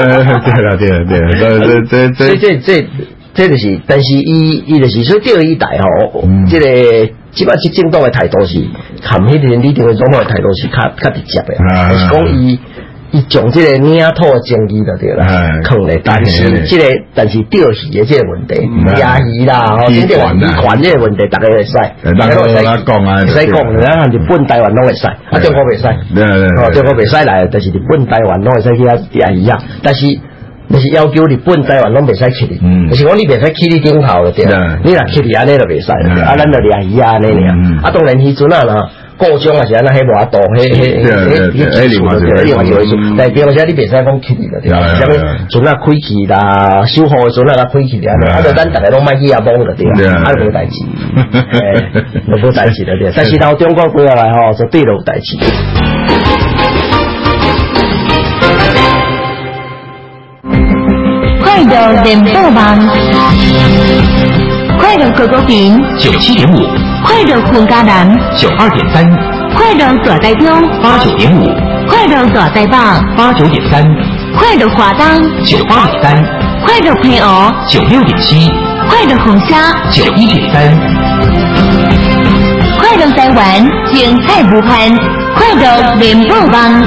对，所以这就是，但是伊就是说钓鱼台这个。即摆即政党的态度是，含迄个李登辉总统的态度是较直接的，就是讲伊将即个领土的争议就对啦，放咧，但是钓鱼的即个问题，抓鱼啦，真正渔权即个问题，大家会使，大家会使讲啊，会使讲，咱日本台湾拢会使，中国袂使，中国袂使来，但是日本台湾拢会使去遐抓鱼啊，但是要求日本台湾拢袂使去哩，就是讲你袂使去你顶头了对啦，你若去哩安尼就袂使，咱就抓鱼啊安尼尔，当然迄阵啦，故乡也是安尼，迄无法度，迄另外一回事，但是而且你袂使讲去哩了对啦，啥物船啊开去啦，修好的船啊开去啦，就咱大家拢莫去遐摸了对啦，无代志，无代志了对，但是到中国过来就对了有代志。 快乐联播网，快乐哥哥屏 97.5， 快乐混家南 92.3， 快乐大台中 89.5， 快乐大台北 89.3， 快乐华东 98.3， 快乐配偶 96.7， 快乐红虾 91.3， 快乐台湾精彩无限，快乐联播网。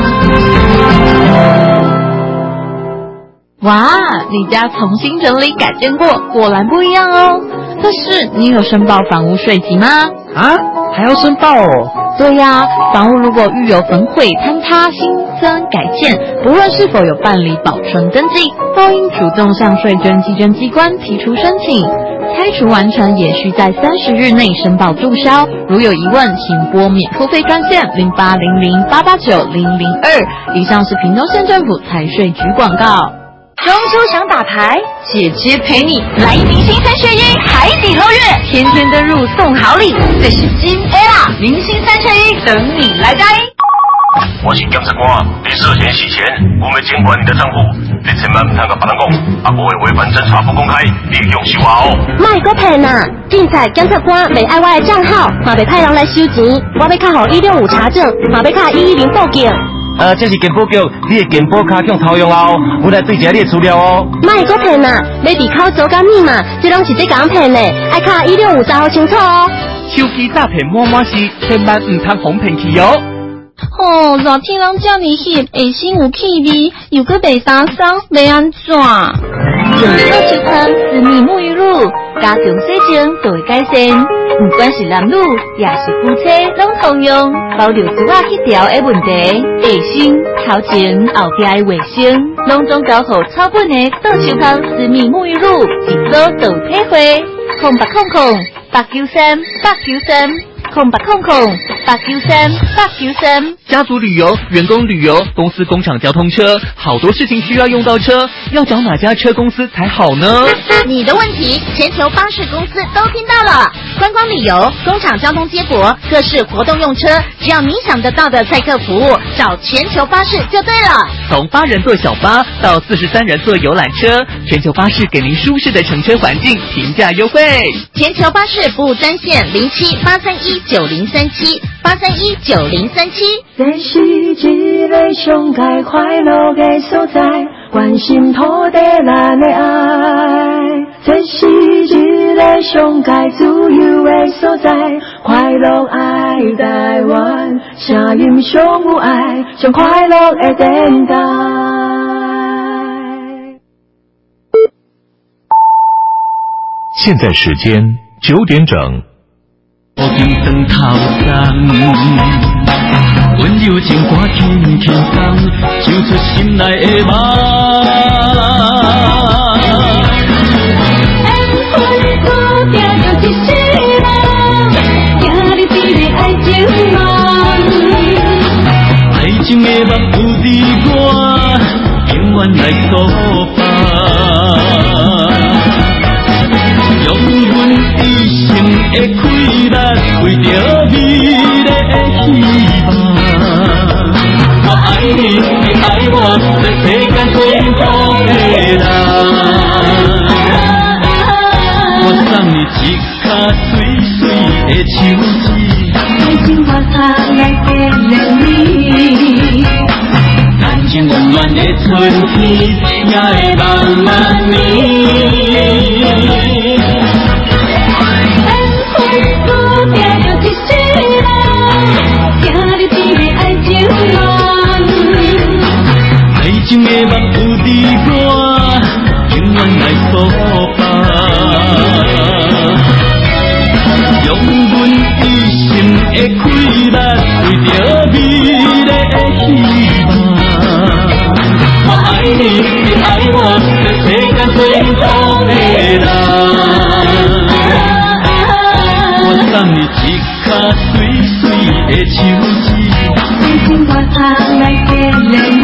哇，你家重新整理改建过，果然不一样哦。但是你有申报房屋税籍吗？ 啊，还要申报哦？ 对呀，房屋如果遇有焚毁、坍塌、新增、改建，不论是否有办理保存登记，都应主动向税捐稽征机关提出申请。拆除完成也需在30日内申报注销。如有疑问，请拨免付费专线0800889002。以上是屏东县政府财税局广告。中秋想打牌，姐姐陪你来明星3缺1海底捞月，天天登入送好礼，这是金 A 啦！明星3缺1等你来摘。 我是检察官，你涉嫌洗钱，我们监管你的账户，你千万唔通甲别人讲，不会违反侦查不公开，你用手啊哦！ 卖个骗啊！警察检察官袂爱我的账号，嘛袂派人来收钱，我要卡予165查证，嘛要卡110报警。 这是健保局，你的健保卡用偷用后，我来对一下你的资料哦。 卖个骗啊！要避口走甲密码，这拢是在讲骗的，爱卡165查好清楚哦。 手机诈骗满是，千万唔通哄骗去哦。 热天人遮尔翕，下身有气味，又搁袂干爽，要安怎？用小秋康私密沐浴露，加强洗净就会改善。不管是男女也是夫妻，拢通用，包着自我去掉的问题，下身、头前、后壁的卫生，拢总交互草本的小秋康私密沐浴露，一组就体会。08008938930800893893。 893， 家族旅游、员工旅游、公司工厂交通车，好多事情需要用到车，要找哪家车公司才好呢？ 你的问题，全球巴士公司都听到了。观光旅游、工厂交通接驳、各式活动用车，只要你想得到的载客服务，找全球巴士就对了。 从8人座小巴到43人座游览车，全球巴士给您舒适的乘车环境，平价优惠。 全球巴士服务专线07-831-9037，831-9037。 这是一个上界快乐的所在，关心土地咱的爱。这是一个上界自由的所在，快乐爱台湾，声音上有爱，上快乐的电台。 现在时间9点整。 我紧转头送，温柔情歌轻轻送，唱出心内的梦。缘分注定就一世人，行你一个爱情梦。爱情的梦有你我，永远来作伴。用阮一生的快乐，为着美丽的希望。我爱你，你爱我，这世间最好的人。我送你一颗水水的手指，爱情我送来纪念你。感情温暖的春天，也会浪漫你。爱情的梦有你我，永远来作伴。用阮一生的快乐，为着美丽的希望。我爱你，你爱我，这世间最好的人。我送你一颗水水的手指，爱情我送来纪念你。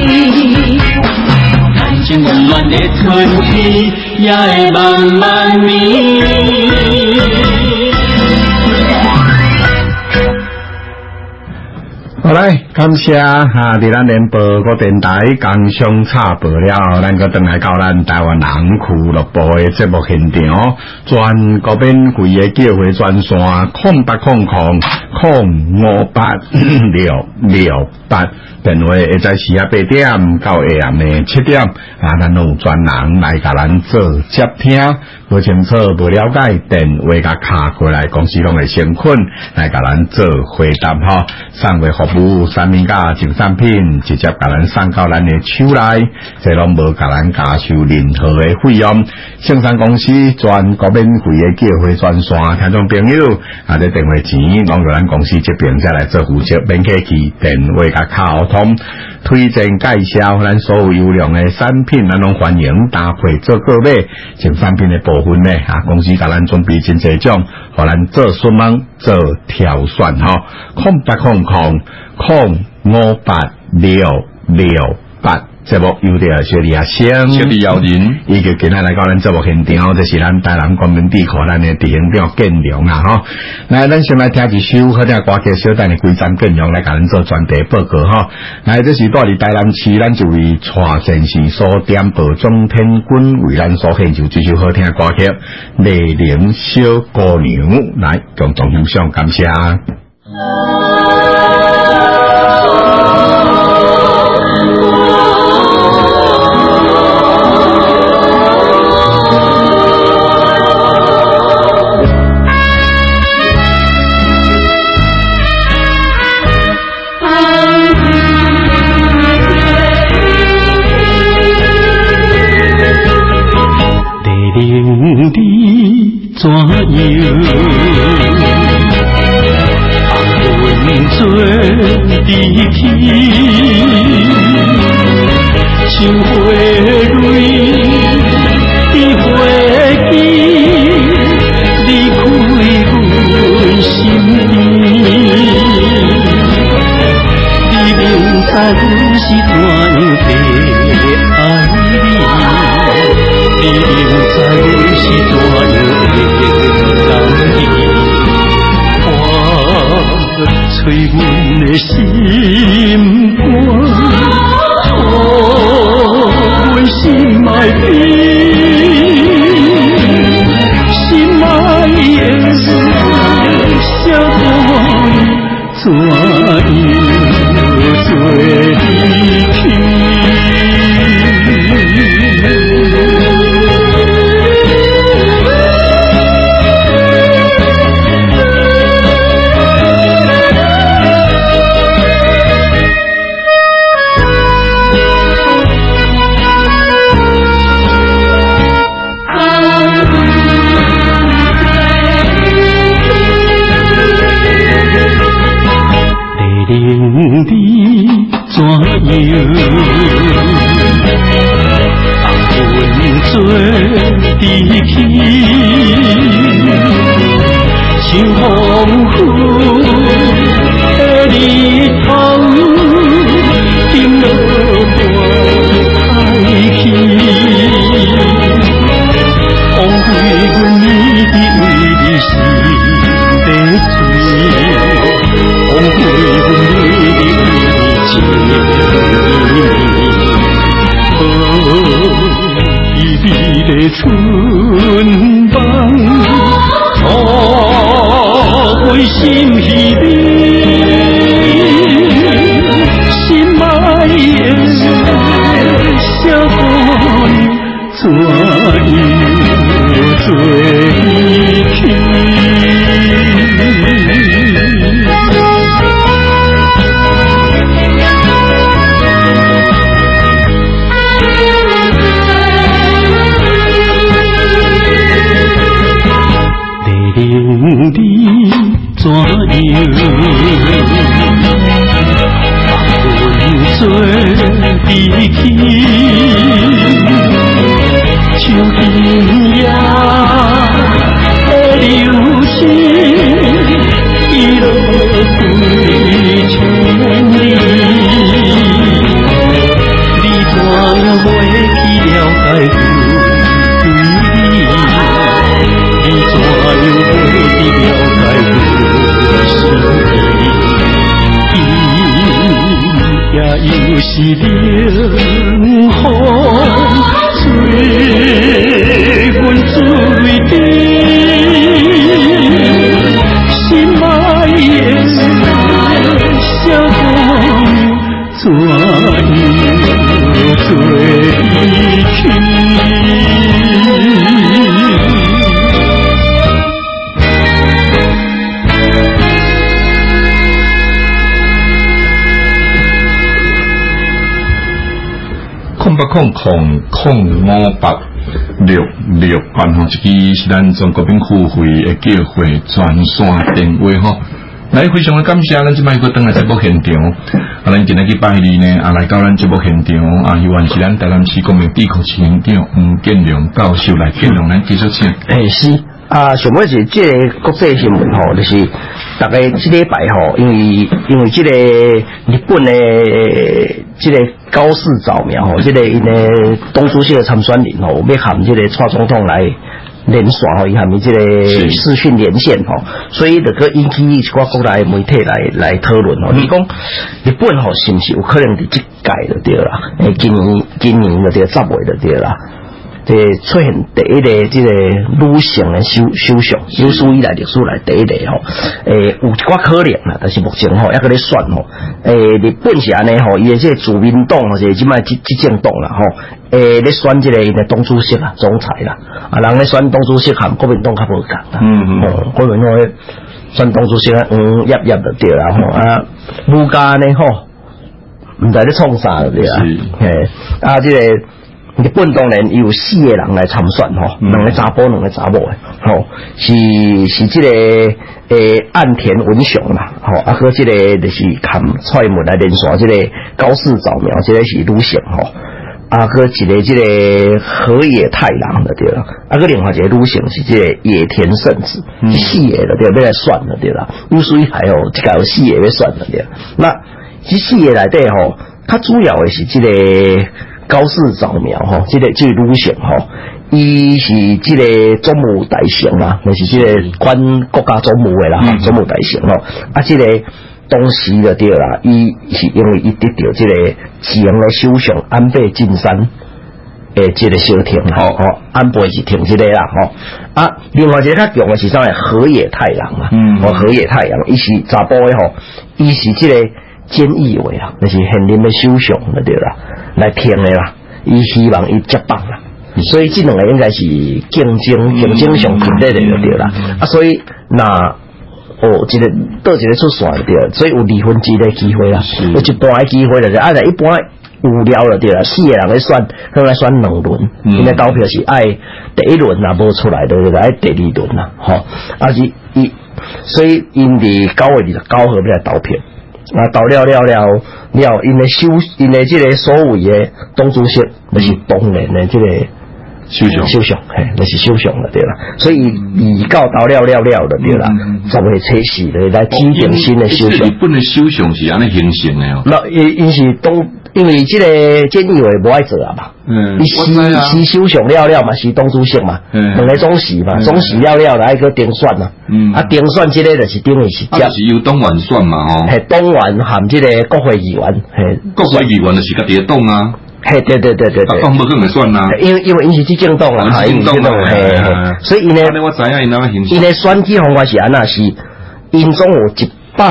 感情温暖的春天，也会慢慢眠。 好来，感谢伫咱联播个电台工商插播了，咱个转来到咱台湾人俱乐部的节目现场，全国免费的叫回专线0800-058-668，电话会在时啊8点到下暗的7点，咱有专人来甲咱做接听，不清楚不了解，电话甲卡过来，公司拢会先困来甲咱做回答吼，送回服务产品甲净产品，直接甲咱送到咱的手内，这拢无甲咱加收任何的费用。圣山公司全国免费的叫回专线，听众朋友这电话钱拢由咱公司这边再来做负责，免客气，电话甲卡沟通，推荐介绍咱所有优良的产品，咱拢欢迎搭配做购买。净产品的部分呢，公司甲咱准备真侪种，互咱做询问、做挑选吼。0800-058-668。节目有着小李阿星， 小李姚人， 伊就今日来到咱节目现场，这是咱台南国民地库咱的地形表建良啊吼。来，咱先来听一首好听歌曲，小等的规站建良来甲咱做专题报告吼。来，这是住伫台南市咱一位蔡先生所点播钟天君为咱所献唱这首好听歌曲《丽玲小姑娘》，来共同欣赏，感谢。 怎样？阮做离去，像花蕊的花枝，离开阮心田。 心肝，阮心爱比，心爱的小姑怎又做离去？你怎样？阮做离去，像风雨的日头，顶落海去。枉费阮你的为你是在醉，枉费阮你的为你情意美丽春风，我心稀微，心爱的小姑娘怎又做离去？你怎样？阮做离去，像天涯的流星，遗落几千里。你怎样袂去了解阮对你？你怎样袂去了解阮心意？也又是冷风吹阮水滴，心爱的小姑娘怎又做离去？ 0800058668吼，这个是咱中国兵付费的叫会专线电话吼。来，非常的感谢咱即摆个登来节目现场，咱今日去拜年呢，来到咱节目现场，希望是咱台南市公民地库县长吴建良教授来建良，咱继续请。 是。上尾是这个国际新闻吼，就是大概这礼拜吼，因为这个日本的这个高市早苗吼，这个因的东主席的参选人吼，要含这个蔡总统来连线吼，伊含伊这个视讯连线吼，所以就个引起一寡国内媒体来讨论吼。你讲日本吼是不是有可能伫这届就对啦？今年就对10月就对啦。出现第一个这个女性的首相，有史以来历史来第一个吼，有一寡可能啦，但是目前吼还搁咧选吼，日本是安尼吼，伊的这个自民党或者即卖执政党啦吼，咧选这个因的党主席啦、总裁啦，人咧选党主席含国民党较无共啦，国民党选党主席叶就对啦吼，女家呢吼，唔知咧创啥就对啦，这个。日本当然有4个人来参选吼，2个查甫，2个查某诶，吼是这个岸田文雄啦，吼个这个就是含蔡英文来连线这个高市早苗，这个是女性吼，个一个这个河野太郎的对啦，个另外一个女性是这个野田圣子，这4个的对，要来选的对啦，有属于还有这个有4个要选的对，那这4个内底吼，较主要的是这个。高市早苗吼，这个女性吼，伊是这个总务大臣啦，就是这个管国家总务的啦，总务大臣吼，这个当时就对啦，伊是因为伊得到这个前的首相安倍晋三诶，这个小亭啦，安倍是停这个啦，另外一个较强的是啥？河野太郎啊，河野太郎，伊是查甫的伊是这个菅义伟啦，那是现任的首相了对啦，来评的啦，伊希望伊接棒啦，所以这两个应该是竞争上激烈的就对啦，所以那。一个倒一个出线对，所以有2分之一的机会啦，有一半的机会了，一般无聊了对啦，4个人来选，可能选2轮，因为投票是爱第1轮无出来的，爱第2轮啦，是伊，所以因伫9月29号要来投票，投了，因的这个所谓的党主席，就是当年的这个。首相，那是首相了对啦，所以29投了了对啦，10月初4来指定新的首相。 日本的首相是安尼形成的哦。 那因是因为这个菅义伟不爱做啊嘛，伊是首相了嘛，是党主席嘛，2个总席嘛，总席了来个定选嘛，定选这个就是等于是是由党员选嘛吼， 系党员含这个国会议员， 国会议员就是家己的党啊。 嘿，对， 党不可能算啦， 因为因是执政党啦， 执政党， 所以呢， 我知影因的选举方法是安那是，因总有110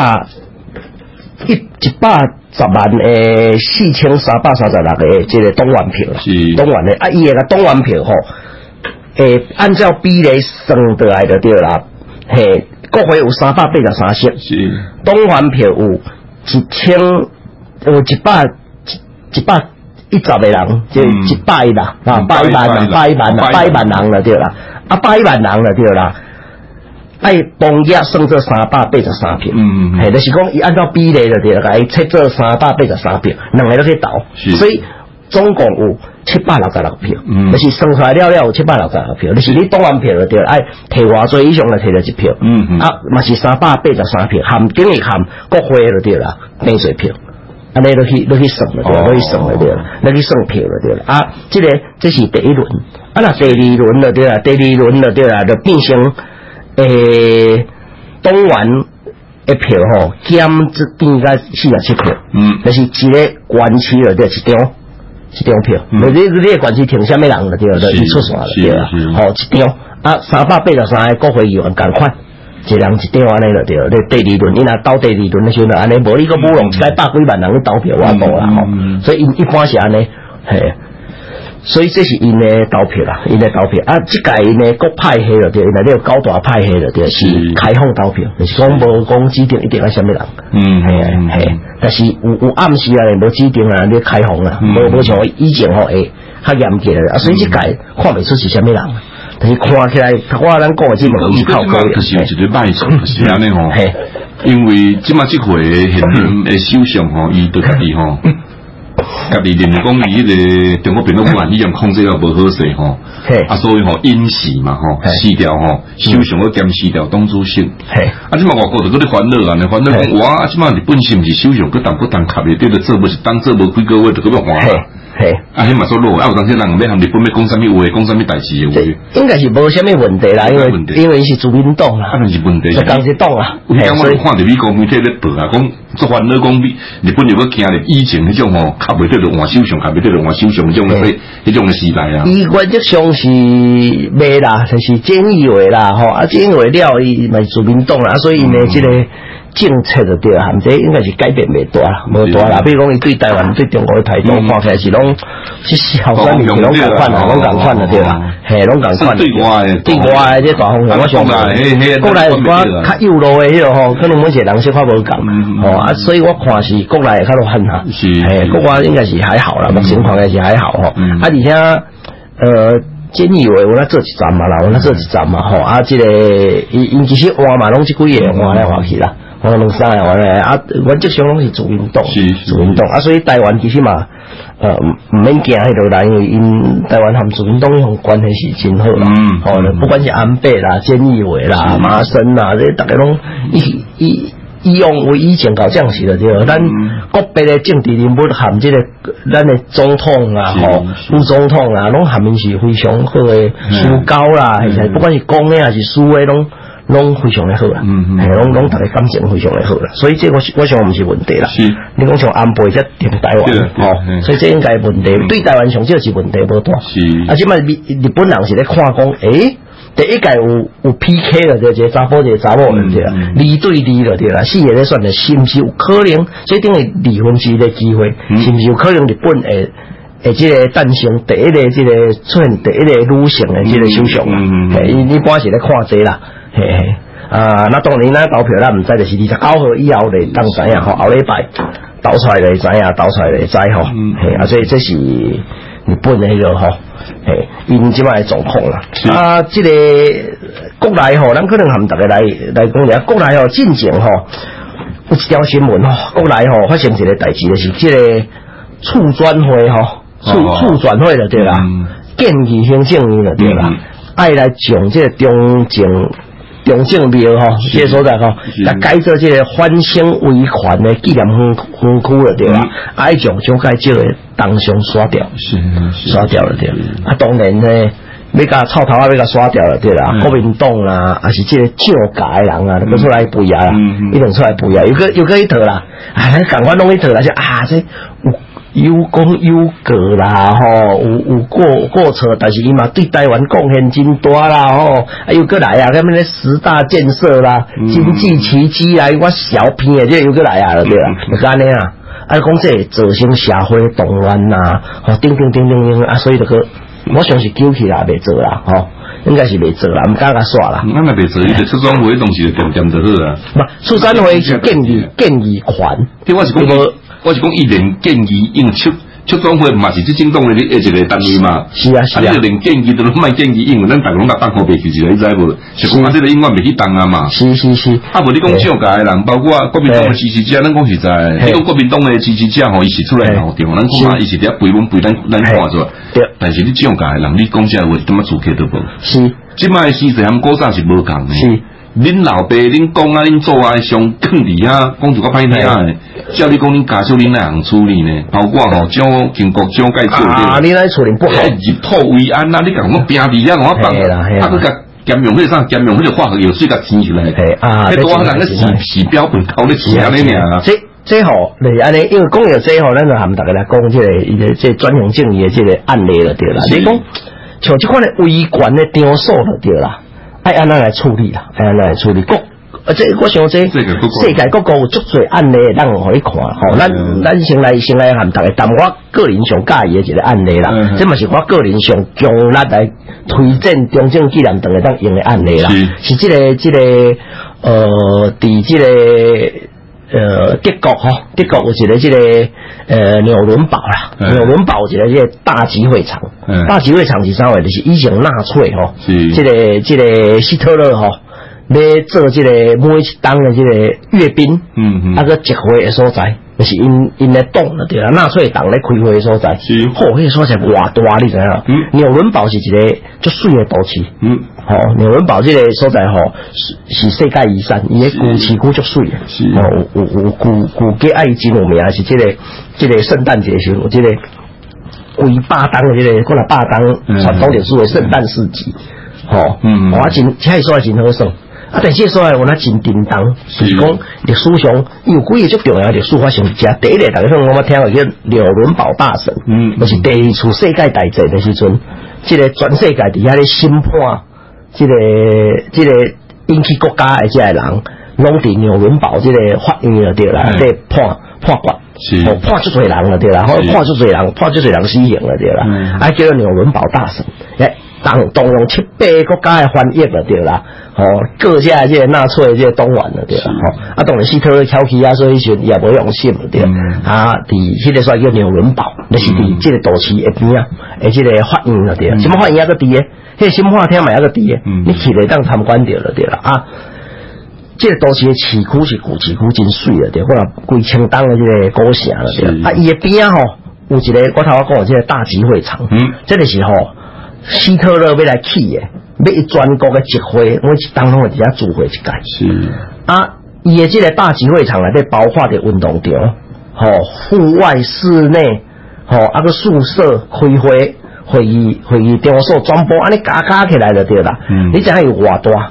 万4336个这个党员票啦，党员的伊个党员票按照比例算得来就对啦，国会有383席，党员票有110个人，即100啦，100万人了对啦，100万人了对啦，爱帮业算做383票，就是讲伊按照比例了对啦，伊切做383票，2个都可以投，所以总共有766票，就是算出来了有766票，就是你党员票了对啦，爱摕偌济以上来摕到1票，嘛是383票，含等于含国会了对啦，变侪票。安尼都去算了对啦，都去算了对啦，都去算票了对啦。这是第1轮，那第2轮了对啦，就变成党员的票减变个47票，就是一个县市了对，一张票，你个县市停什么人了对啦，就伊出线了对啦，一张383个国会议员同款。一人一张安尼就对了，第2轮，你若投第2轮的时候，安尼无你个舞龙100几万人去投票，我无啦所以因一般是安尼，所以这是因的投票啦，因的投票这届因的国派系了对，因内底有9大派系了对，是开放投票，就是讲无讲指定一定要什么人，但是有暗示啊，无指定啊，你开放啊，无像以前会较严格啦，所以这届看袂出是什么人。但是看起来，我咱讲的这个依靠个， 就是有一个歹处，就是安尼吼。因为即马即回现任的首相伊对家己家己认为讲伊迄个中国病毒武汉肺炎控制了无好势所以因事嘛辞掉首相要兼辞掉党主席。即马外国就嗰啲烦恼啊，烦恼讲哇，即马日本是毋是首相佢当卡嘅，对着做无是当做无几个月就咁样换啦。迄嘛说落，有当时人要向日本要讲啥物话，讲啥物代志嘅话， 应该是无啥物问题啦，因为是自民党啦， 是问题， 是党是党啊。 有当我看到美国媒体咧报啊，讲做烦恼讲日本又要惊咧以前迄种卡袂对着换首相，卡袂对着换首相迄种嘅时代啊。 伊原则上是袂啦，就是菅义伟啦，菅义伟了伊嘛是自民党啦，所以呢，即个政策就对啦，含这应该是改变袂大啦，无大啦。比如讲，伊对台湾、对中国的态度，看起来是拢，即小选民是拢共款啦，拢共款啦，对啦，拢共款。对外的这大方向，我想国内我较右路的迄个可能每一个人说法无共，所以我看是国内较落狠哈，国外应该是还好啦，目前看起来是还好而且菅义伟我那做一站嘛啦，我那做一站嘛这个因其实换嘛，拢即几个换来换去啦。2、3个原则上拢是自民党，所以台湾其实嘛，唔免惊迄落啦，因为因台湾含自民党迄关系是真好啦，不管是安倍啦、菅义伟啦、麻生啦，这大家拢以往为以前搞这样式的对，咱国别的政治人物含这个咱的总统啊、副总统啊，拢含面是非常好的私交啦，不管是公的还是私的， 拢非常的好啦，拢大家感情非常的好啦，所以这我想唔是问题啦。是，你讲像安倍才定台湾，所以这应该问题对台湾上少是问题无大。是，啊，即摆日本人是咧看讲，第一届有 PK 了对，一个查甫一个查某了对啦，2对2了对啦，4个咧选的，是毋是有可能？所以等于2分之1的机会，是毋是有可能日本会即个诞生第一个即个出现第一个女性的即个首相啊？一般是咧看这啦。嘿，那当然啦，投票咱唔知就是29號以後嚟當知影吼，後禮拜投出來嚟知影，投出來嚟知吼，嘿，所以這是日本的迄個吼，嘿，因即擺狀況啦。即個國內吼，咱可能含大家來講下，國內吼進前吼有一條新聞吼，國內吼發生一個代志，就是即個促轉會吼，促轉會就對啦，建議行政院就對啦，愛來將即個中正廟吼，即個所在吼，甲改做即個反省維權的紀念園區了對啦，愛將蔣介石的銅像刷掉，刷掉了對。啊，當然呢，要甲臭頭啊，要甲刷掉了對啦。國民黨啦，還是即個上假的人啊，都出來背啊啦，一定出來背啊。有個一套啦，咱趕快弄一套啦，就這有功有過啦，吼，有過錯，但是伊嘛對台灣貢獻真大啦，吼，又過來啊，咁樣10大建設啦，經濟奇蹟啦，我小片嘅，即又過來啊，對啦，就咁樣啊，啊，講這造成社會動亂啦，吼，叮，啊，所以這個我想是救起來未做啦，吼，應該是未做啦，唔敢甲刷啦。 那未做，伊就出轉會東西就點就好啦。 唔，出轉會是建議款， 對，我是講伊連建議用出轉會嘛是即政黨嘅一個單位嘛。是啊，你就連建議都唔係建議，因為咱大家攏甲當好別去住，你知無？是講這個永遠未去當啊嘛。是。啊，無你講上屆嘅人，包括國民黨嘅支持者，咱講實在，你講國民黨嘅支持者吼，伊是出來鬧場，咱看嘛，伊是伫背本咱看咗。對。但是你上屆嘅人，你講這話點樣做客都無。是。即擺時勢，古早是無共嘅。是。恁老爸、恁公啊、恁祖啊，上囥佇遐，講住個歹聽誒，照你講恁家屬恁哪樣處理呢？包括吼，經過蔣介石啊， 你來處理不好， 入土為安啊，你講我拼佇遐，我放，啊，佢甲兼用迄個啥，兼用迄個化學藥水甲填起來，迄多人咧是標本靠咧吃安尼爾。 這吼，你安尼，因為講到這吼，咱就含大家來講即個即專用正義嘅即個案例了對啦。你講像即款嘅維權嘅場所了對啦。愛安怎來處理啦？愛安怎來處理？這我想這世界各國有足多案例，咱互你看吼。咱先來含大家，但我個人上介意的一個案例啦。這嘛是我個人上強力來推薦中正紀念堂嘅當用嘅案例啦。是這個佇這個德國吼，德國有一個這個紐倫堡啦，紐倫堡有一個這個大集會場，大集會場是啥話？就是以前納粹吼，這個希特勒吼，要做這個每一當的這個閱兵，啊個集會的所在，就是因咧黨了對啦，納粹黨咧開會的所在，好，迄個所在偌大你知影？紐倫堡是一個足水的都市，吼，紐倫堡這個所在吼是世界遺產，伊個古市區足水的，有古街愛真有名，是這個聖誕節時候，這個為巴當的這個過來巴當傳統歷史的聖誕市集，吼，我真遐個所在真好耍。啊，但是所在我那真叮當，就是講歷史上有幾個足重要歷史發生者，第一個大家可能我聽過叫紐倫堡大神，就是第二次世界大戰的時陣，這個全世界底下咧審判，這個引起國家的這個人，攏佇紐倫堡這個法院了對啦，在判決，判足多人了對啦，判足多人死刑了對啦，啊叫做紐倫堡大神，動用700個國家的翻譯了對啦，各家這個納粹這個黨員了對啦，啊當然希特勒挑起啊，所以說也無用心了對，啊佇迄個所叫紐倫堡，就是佇這個都市一邊啊，這個法院了對，什麼法院還個佇誒，迄個審判廳嘛還個佇誒，你去來當參觀到了對啦，啊，這個都市的市區是古市區真水了對，或者規清當的這個古城了對，啊伊誒邊啊吼有一個我頭先講這個大集會場，這個是吼。希特勒要來起嘅，要伊全國嘅集會，我一當攏會佇遐聚會一屆。是啊，伊嘅即個大集會場內底包括着運動場，戶外、室內，啊個宿舍、開會議場所全部安尼加起來就對啦。你知影有偌大？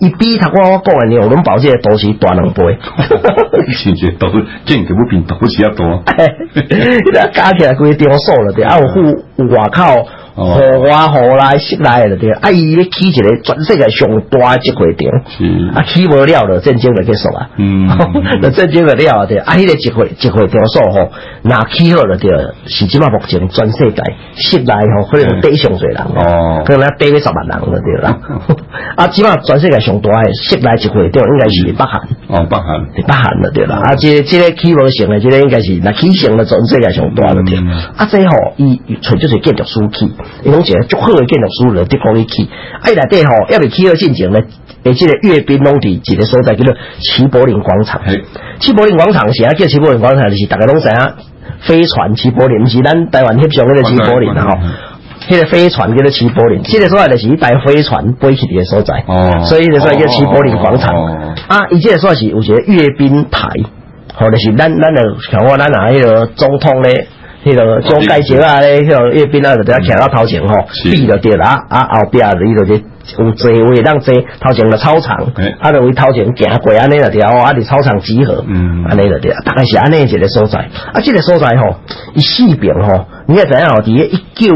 伊比头我讲的牛轮堡这个都是大2倍， 是这都见个不比都是要多， 加起来规张数了对，啊有附外口。户外户内室内了对，伊咧起一个全世界上大集会场，起无了就战争就结束啊，就战争就了对，迄个集会场所吼，若起好了对，是即马目前全世界室内吼可能底上侪人，可能底10万人了对啦，即马全世界上大诶室内集会场应该是北韩，北韩了对啦，即个起无成诶，即个应该是若起成了全世界上大了对，这吼伊找就是建筑师起。伊拢一个足好诶建筑师来伫讲伊起，内底吼要未起好进前咧，即个阅兵拢伫一个所在叫做齐柏林广场。齐柏林广场是叫齐柏林广场，就是大家拢知影飞船齐柏林，毋是咱台湾翕相迄个齐柏林啊吼。迄个飞船叫做齐柏林，即个所在就是一台飞船飞起嘅所在，所以迄个所在叫齐柏林广场。伊即个所在是有一个阅兵台，吼，就是咱就像我咱迄个总统咧。迄个蒋介石啊咧，迄个阅兵啊，就伫遐徛到头前吼，比就对啦，后壁伊就有座位让坐，头前就操场，就为头前行过安尼就对，伫操场集合，安尼就对，大概是安尼一个所在。即个所在吼，伊四边吼，你也知影吼，伫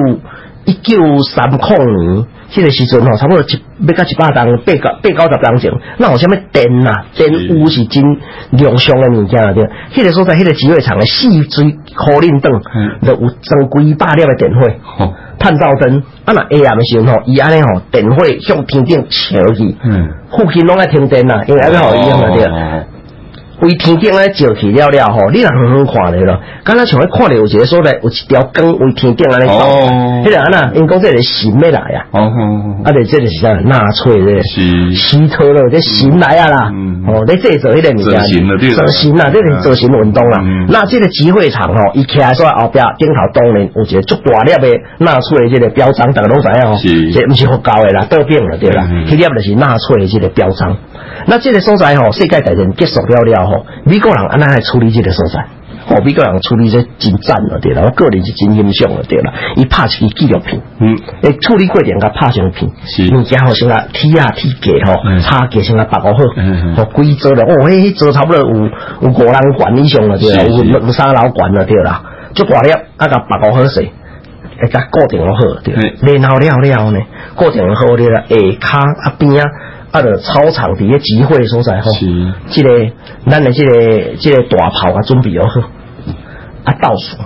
1930年。迄个时阵吼，差不多要到100栋，80-90栋前，那有啥物电啊？电有是真亮相的物件对。迄个所在，迄个集会场的4水可冷灯，就有装几百粒的电火，探照灯。若下暗的时候吼，伊安尼吼，电火向天顶烧去，附近拢爱停电啦，因为要互伊用对。为天顶咧照起了吼，你若远看咧咯，敢若像咧看咧有一个所在有一条光为天顶安尼走，迄个安那因讲这个神要来啊，就这个是啥纳粹咧，希特勒这神来啊啦，咧制造迄个物件，造神啊，这个造神运动啦。那这个集会场吼，伊徛在所后壁顶头当然有一个足大粒的纳粹的这个标章，大家拢知影吼，这毋是佛教的啦，倒饼了对啦，迄粒就是纳粹的这个标章。那这个所在吼，世界大战结束了吼，美国人安那来处理这个所在，美国人处理这真赞了对啦，我个人是真欣赏了对啦，伊拍一支纪录片，处理过程甲拍成片，物件吼先啊铁价吼，差价先啊8-5好，规做了迄做差不多有5人管以上了对啦，有2-3楼管了对啦，足大粒甲8-5好势。会甲固定好对，然后了呢，固定好了下骹边就操场伫个集会所在吼，即个咱的即个大炮准备好，倒数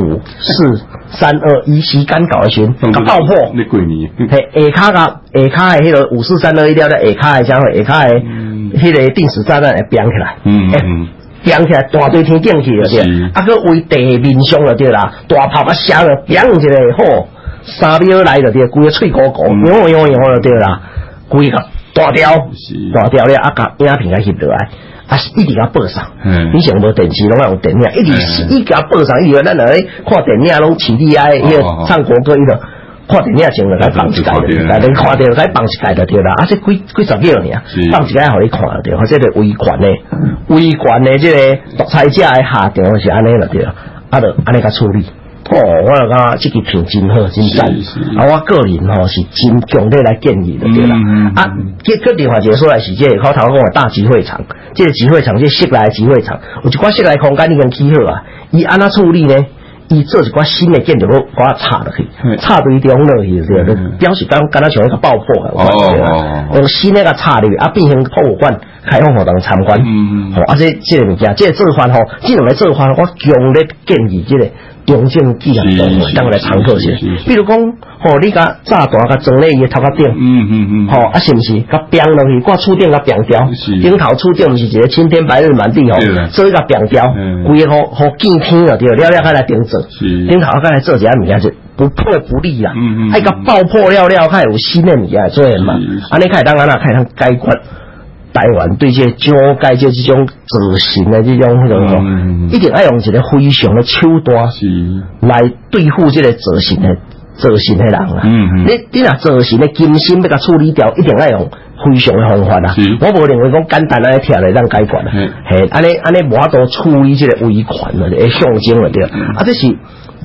5、4、3、2、1，时间到的时阵，甲爆破。 你几年？ 下骹的迄个5、4、3、2、1了，下骹的啥货？下骹的迄个定时炸弹会变起来。变起来大堆天顶去了对，佮为地面上了对啦，大炮射了，变一个好3秒来了对，规个喙鼓了对啦，规个大条咧，甲影片翕落来，一直甲报上。以前无电视，拢用电影，一直甲报上，以为咱来看电影拢起立迄个唱国歌，伊就看电影前就该放一届的，大家看到该放一届就对啦。这几十秒尔，放一届互你看了对，或者是威权的这个独裁者的下场是安尼了对啦，就安尼甲处理。我就感觉这个片真好，真赞。我个人吼是真强烈来建议的对啦。这另外一个所在是这个口头讲的大集会场，这个集会场，这室内集会场，有一寡室内空间已经起好啊。伊安怎处理呢？伊做一寡新的建筑物，把它插落去，插对中落去对，表示敢若像一个爆破的，用新的个插入去，变成博物馆开放互人参观。这个物件，这个做法吼，这两个做法，我强烈建议这个中正纪念馆当来参考些。比如讲，你甲炸弹甲装咧伊个头壳顶，是毋是？甲编落去，挂厝顶甲编掉，顶头厝顶毋是一个青天白日满地做一个编掉，规个好见天了对，了甲来顶做，顶头甲来做一下物件是不破不立啦，甲爆破了，较有新的物件做嘛，安尼较会当解决台湾对这蒋介石这种造神的这种一定要用一个非常的手段来对付这个造神的人啦。你若造神的精神要甲处理掉，一定要用非常的方法啦。我无认为讲简单安尼听来当解决啦。安尼无法度处理这个威权的象征了对。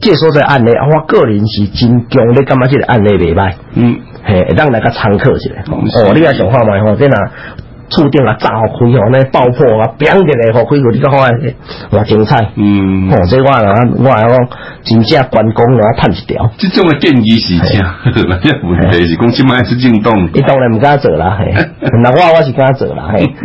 这所在案例，我个人是真强烈感觉这个案例袂歹。嘿，会当来个参考一下。你也想看嘛？这若厝顶啊炸开那爆破啊，砰一个开过，你讲哇精彩。这我讲真正关公啊趁一条。 这种的建议是啥？问题是讲即摆是进动。 伊当然唔敢做啦，嘿。那我是敢做啦，嘿。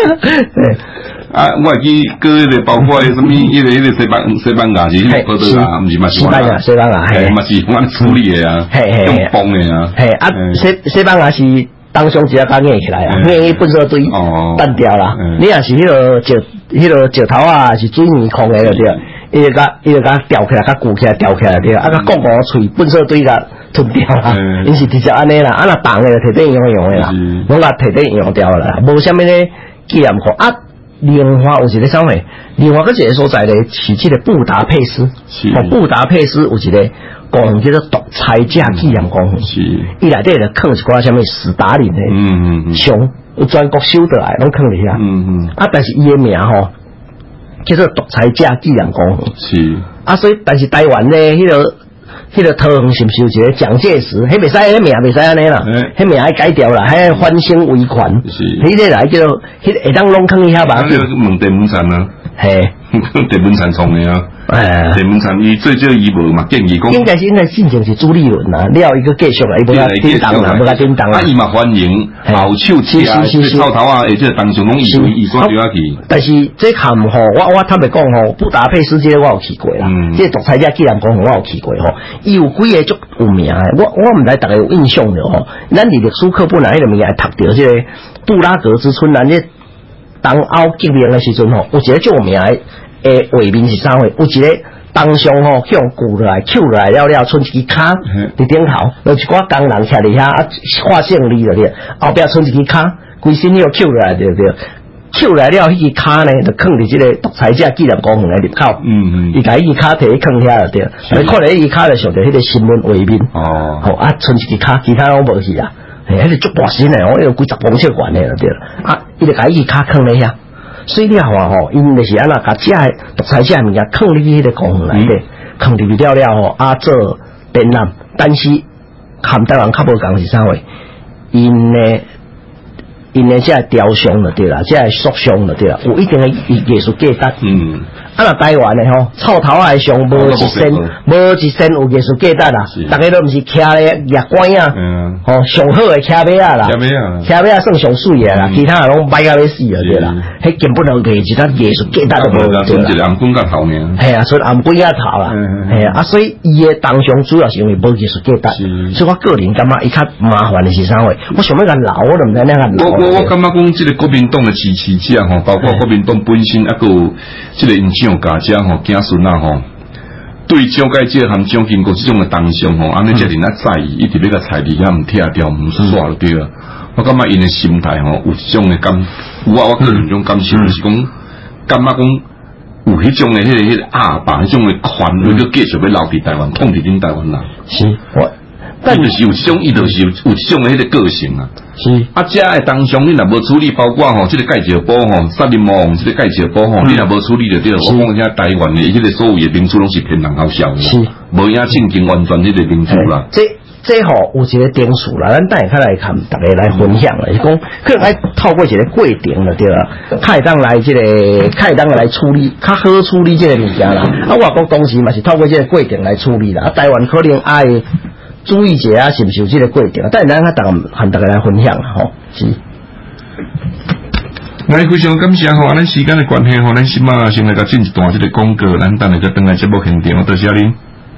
我会记个迄个包括什么迄个西班牙是迄个报道啊，毋是嘛？ 西班牙， 嘿，嘛是按处理的啊，用崩的啊。 嘿西班牙是当上一下甲硬起来啊，硬去粪扫堆单掉啦。你若是迄个石头啊，是水泥控的就对，伊就甲吊起来，甲固起来，吊起来对，啊甲讲讲喙粪扫堆甲吞掉啦，因是直接安尼啦，啊若重的就摕底用的啦，拢甲摕底用掉啦，无啥物咧纪念库啊。另外有一个啥物？另外一个所在咧是这个布达佩斯，布达佩斯有一个公园叫做独裁者纪念公园，伊内底咧放一寡啥物斯大林的像，有全国收倒来，拢放伫遐。啊，但是伊的名叫做独裁者纪念公园。所以但是台湾咧迄个桃园是不是有一个蒋介石？迄袂使，迄名袂使安尼啦，迄名爱改掉啦，迄翻新为权，迄个来叫做迄会当拢坑一下吧。 问电门产啊， 嘿， 电门产创的啊。电门产伊最少伊无嘛建议讲， 应该进行是朱立伦啦，了一个继续啦，伊无甲叮当啦，无甲叮当啦。 伊嘛欢迎后手车，草头啊，这当上拢伊抓住啊去。 但是这项吼，我坦白讲吼，布达佩斯这个我有去过啦，这独裁者纪念公园我有去过吼，伊有几个足有名的，我毋知大家有印象了吼。咱伫历史课本内迄个物件读到这个布拉格之春，咱这东欧革命的时阵吼，有一个足有名的。画面是啥货？有一个当上吼向鼓落来、扣落来了，剩一支卡伫顶头，有一寡工人徛伫遐啊，画胜利了对，后壁剩一支卡，规身又扣落来对对，扣来了，迄支卡呢就放伫即个独裁者纪念公园的入口。伊甲迄支卡摕去放遐了对，你看咧，迄支卡就上着迄个新闻画面。好啊，剩一支卡，其他拢无去啦。迄个足大神诶，迄个几十公尺悬诶了对啦。啊，伊就甲迄支卡放咧遐。所以你话吼，因就是安那甲遮个独裁者物件放入去迄个公园内底，放入去了吼，啊做展览，但是含台湾较无共是啥货？因的遮雕像就对啦，遮塑像就对啦，有一定的艺术价值。啊，那台湾的吼，臭头啊上无一身有艺术价值啦，大家都毋是徛咧夜馆啊，吼上好的徛尾啊啦，徛尾啊算上水的啦，其他拢歹到要死了对啦，迄根本就袂一单艺术价值都无对啦。 暗棍甲头呢？ 系啊，所以暗棍甲头啦，系啊，所以伊的当上主要是因为无艺术价值，所以我个人感觉伊较麻烦的是啥货？我想要甲老，我都毋知哪个老。 我感觉讲，即个国民党的支持者吼，包括国民党本身，还有即个因像家者吼、子孙啊吼，对蒋介石和蒋经国这种的当上吼，安尼一定啊在意，一直要甲彩礼遐唔拆掉，唔刷就对了。我感觉因的心态吼，有这种的感，我个人种感受就是讲，感觉讲有迄种的迄个压霸，迄种的权威，佮继续要留伫台湾，统治恁台湾人。 是， 但就是有这种，伊就是有这种的迄个个性啊。 是啊，遮的当上你若无处理，包括吼，即个介石堡吼、杀人魔王即个介石堡吼，你若无处理就对了。我讲遐台湾的即个所有的民主拢是偏人好笑的， 是无影正经完全迄个民主啦。 这吼有一个点数啦，咱等下来看大家来分享啦，是讲可能爱透过一个过程了对啦，较会当来处理，较好处理这个物件啦。啊，外国当时嘛是透过这个过程来处理啦，啊，台湾可能爱注意一下是不是有这个过程，但是咱和大家来分享啦，吼，是。 我非常感谢吼，咱时间的关系吼，咱先来甲进一段这个广告，咱等下再转来节目现场，多谢您。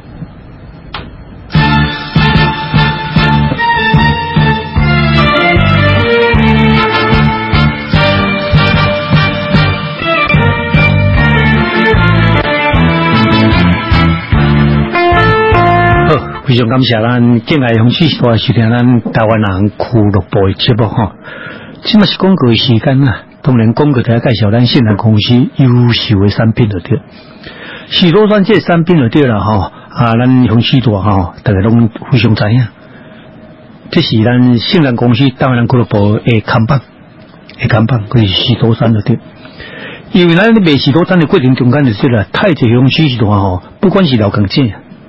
非常感谢咱敬爱红旗大收听咱台湾人俱乐部的节目哈。即嘛是广告的时间啦，当然广告在介绍咱信任公司优秀的产品就对。许多咱这产品就对啦哈，咱红旗大哈，大家拢非常知影。这是咱信任公司台湾人俱乐部的看板，就是许多山就对。因为咱卖许多山的过程中间就是啦，太济红旗大吼，不管是劳工证。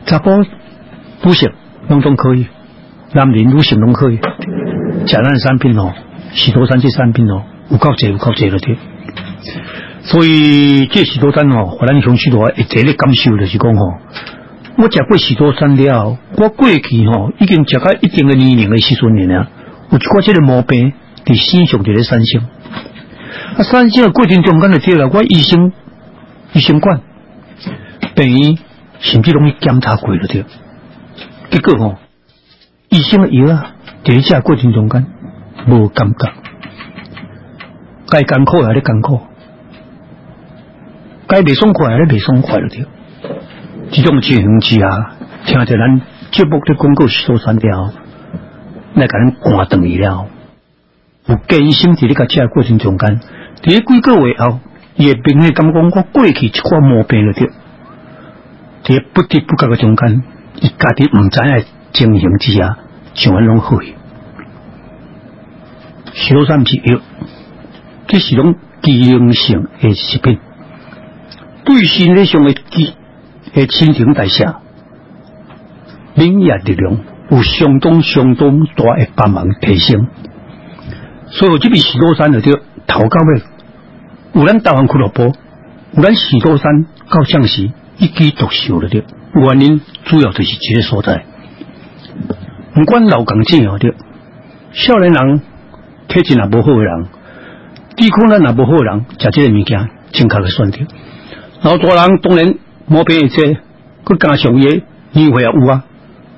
查甫女性拢总可以，男人女性拢可以。食咱的产品哦，许多产这产品哦，有够济了对。所以这许多产哦，互咱乡许多会第一个感受就是讲吼，我食过许多产了，我过去吼已经食到一定的年龄的时阵了，有一寡这个毛病伫身上就咧产生。啊，产生的过程中间就对了，我医生管病院甚至拢去检查过了对。结果吼，医生的药啊，伫咧食过程中间无感觉，该艰苦还咧艰苦。该袂爽快还咧袂爽快了对，这种情形之下，听着咱节目的广告许多产了，来甲咱关断伊了。有医生伫咧甲食过程中间，伫咧几个月后，伊会明显感觉讲我过去一寡毛病了对，伫咧不知不觉嘅中间，伊家己唔知影情形之下，像安拢好去。许多产毋是药，这是种机能性的食品。对身体上的新陈代谢、免疫力量有相当大的帮忙提升，所以这边许多山就对头到尾，有咱台湾俱乐部，有咱许多山到将士一举独秀了对，原因主要就是这个所在。不管老港症哦对，少年人体质也无好的人，抵抗力也无好的人，食这个物件正确的选择。老大人当然毛病会多，佮加上伊年岁也有啊，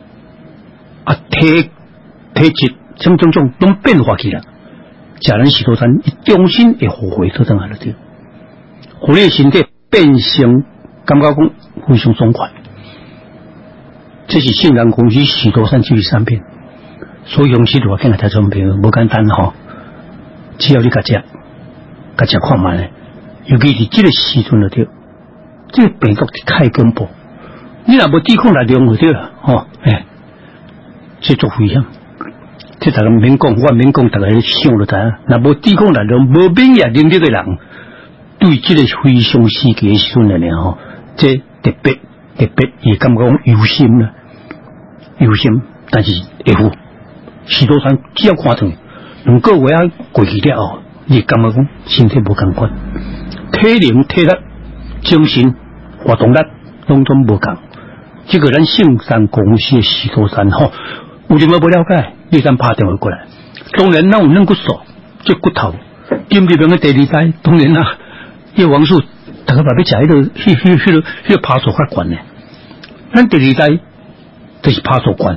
体质种拢变化起来，食咱许多餐，伊重新会后悔倒转来了对，互你的身体变成感觉讲非常爽快。这是杏仁公司许多餐这类产品，所以用许多见来台中朋友无简单吼，只要你甲食看卖咧，尤其是这个时阵了对。这个病毒太恐怖，你若无抵抗力量就对了，吼，这足危险。这大家免讲，我免讲，大家想就知影。若无抵抗力量、无免疫能力的人，对这个非常时期的时阵来吼，这特别也感觉讲忧心啦，忧心，但是会好。许多人只要看断，两个月啊过去了后，你感觉讲身体无共款，体能、体力、精神。活动力拢总无共，这个咱圣山公司的许多山吼，有任何不了解，你咱打电话过来。当然，咱有软骨素，这骨头，金日平的第二代，当然啦，叶王叔，大家把要食迄个爬树较悬呢。咱第二代就是爬树悬，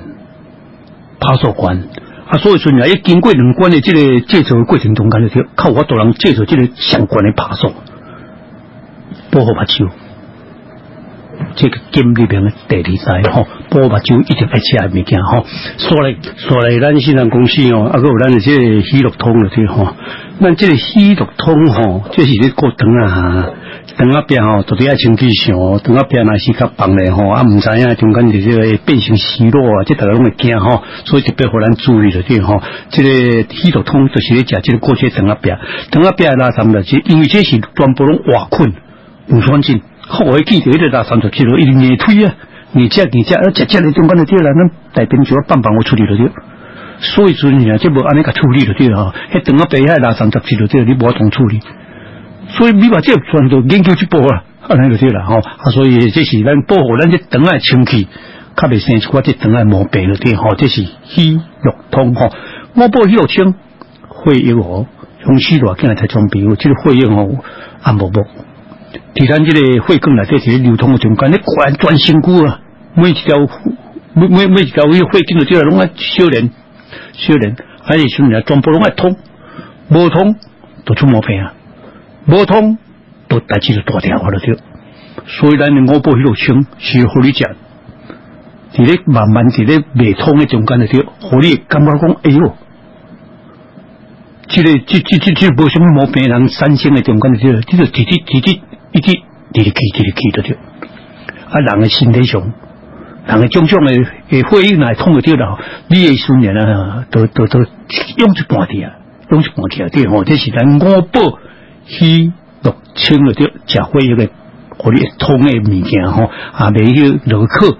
啊，所以说呢，要经过两关的这个制作的过程中间，就靠我多人制作这个相关的爬树，保护目睭。这个金里边的第二代吼，保目睭一定爱吃的物件吼。所来咱杏仁公司哦，还有咱的这个喜乐通了对吼。咱这个喜乐通吼，这是咧过长啊，长啊边吼，到底爱清气上，长啊边若是较放咧吼，唔知影中间就这个变成虚弱啊，这大家拢会惊吼，所以特别互咱注意了对吼。这个喜乐通就是咧食这个过去长啊边拉三了，因为这是全部拢瓦困，无酸性。好，我记得迄个拉30kg，一直硬推啊，硬食，食咧中间就对啦，咱大便就要棒我处理了对。所以说呢，这无安尼甲处理就对啦，迄长啊病遐拉30 kg就对，你无同处理。所以你把这全都研究一步啊，安尼就对啦吼。所以这是咱保护咱这长啊清气，较袂生一寡这长啊毛病了对吼。这是喜乐通吼，我报喜乐清会议哦，用许多进来才装备，这个会议哦，按无。伫咱这个血管内底是流通的中间，你全身躯啊，每一条血经的对拢爱修炼，还是说全部拢爱通，无通就出毛病啊，无通就代志就大条了对。所以咱的五宝迄路清是互你食，伫咧慢慢伫咧未通的中间的对，互你感觉讲哎哟。这无什么毛病人产生的中间的对，这个一直去的对，啊，人的身体上，人的种的血液来通的对啦，你的训练啊，都用一半的啊，对吼，这是咱五宝喜乐清的对，食血液的，互你通的物件吼，啊，袂去落去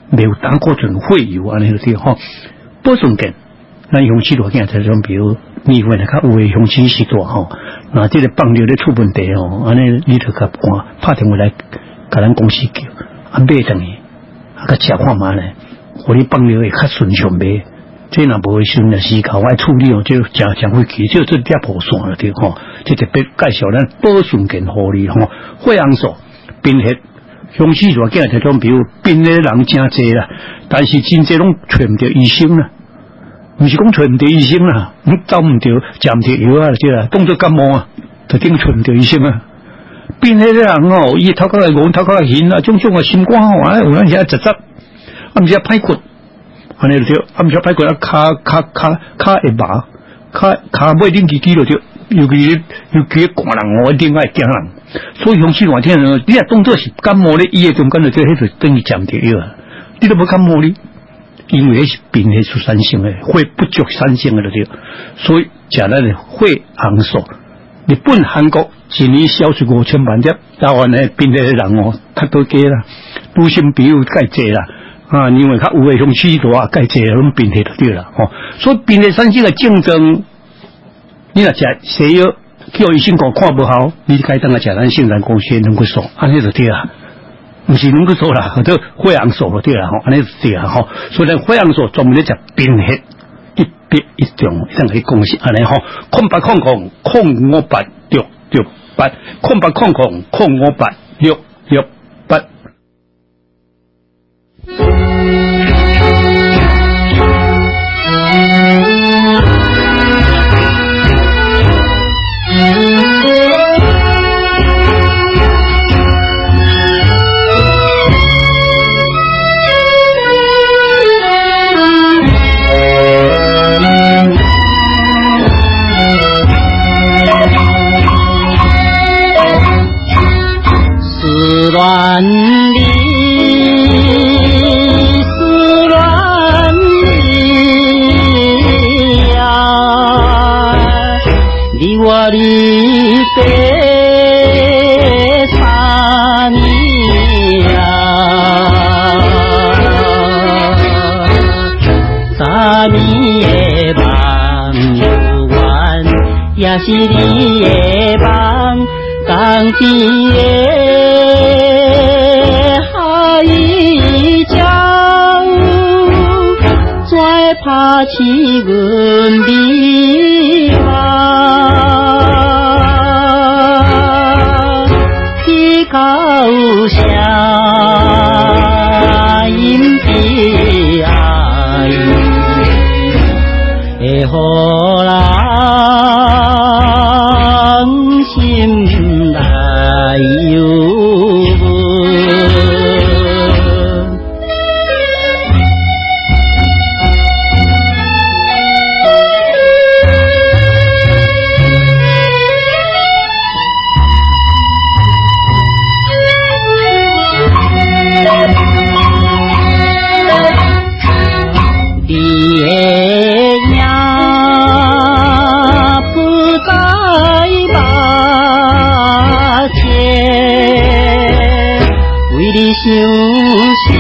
没有胆固醇会有安尼个吼，保存健。咱雄起大囝这种，比如米粉较有诶雄起时大吼，那这个放尿咧出问题吼，安尼你著甲看，拍电话来甲咱公司叫，买等于，甲吃看嘛咧，互你放尿会较顺畅买。这若无时阵时间爱处理哦，就真会去，就这跌破线了对吼。这特别介绍咱保顺健护理吼，血红素、贫血。雄起大囝这种，比如贫的人真济啦，但是真济拢找唔到医生啦。唔是讲找唔到医生啦，找唔到食唔到药啊，对啦，当作感冒啊，就顶找唔到医生啊。变迄个人哦，伊头壳来戆，头壳来晕啊，种啊心肝吼，有咱遐窒，啊，毋是歹骨，安尼就对，啊，毋是歹骨啊，骹会麻，骹尾顶叽就对，尤其寒人哦，一定爱惊人，所以雄起热天你若当作是感冒咧，医的中间就对，迄就等于食唔到药啊，你都无感冒哩。因为是贫血素酸性的，血不足酸性的对，所以食咱的血红素。日本、韩国一年销出5000万粒，台湾的贫血的人哦，较多加啦，女性比例介济啦，啊，因为较有诶雄起大介济，拢贫血就对啦，吼、所以贫血酸性的竞争，你若食西药，叫医生讲看不好，你该当来食咱杏仁公司能够说，安尼就对啦。唔是能够做啦，或者血红素就对啦，吼，安尼对啦，吼。所以咱血红素专门咧食贫血一种，咱个公式安尼吼，0800-058-668，0800-058-668。 乱里是乱里呀，你我里白山呀，啥你的梦有完，也是你的梦当地的。一朝再拍起阮美梦，去到声音的爱，会互人心内有。相思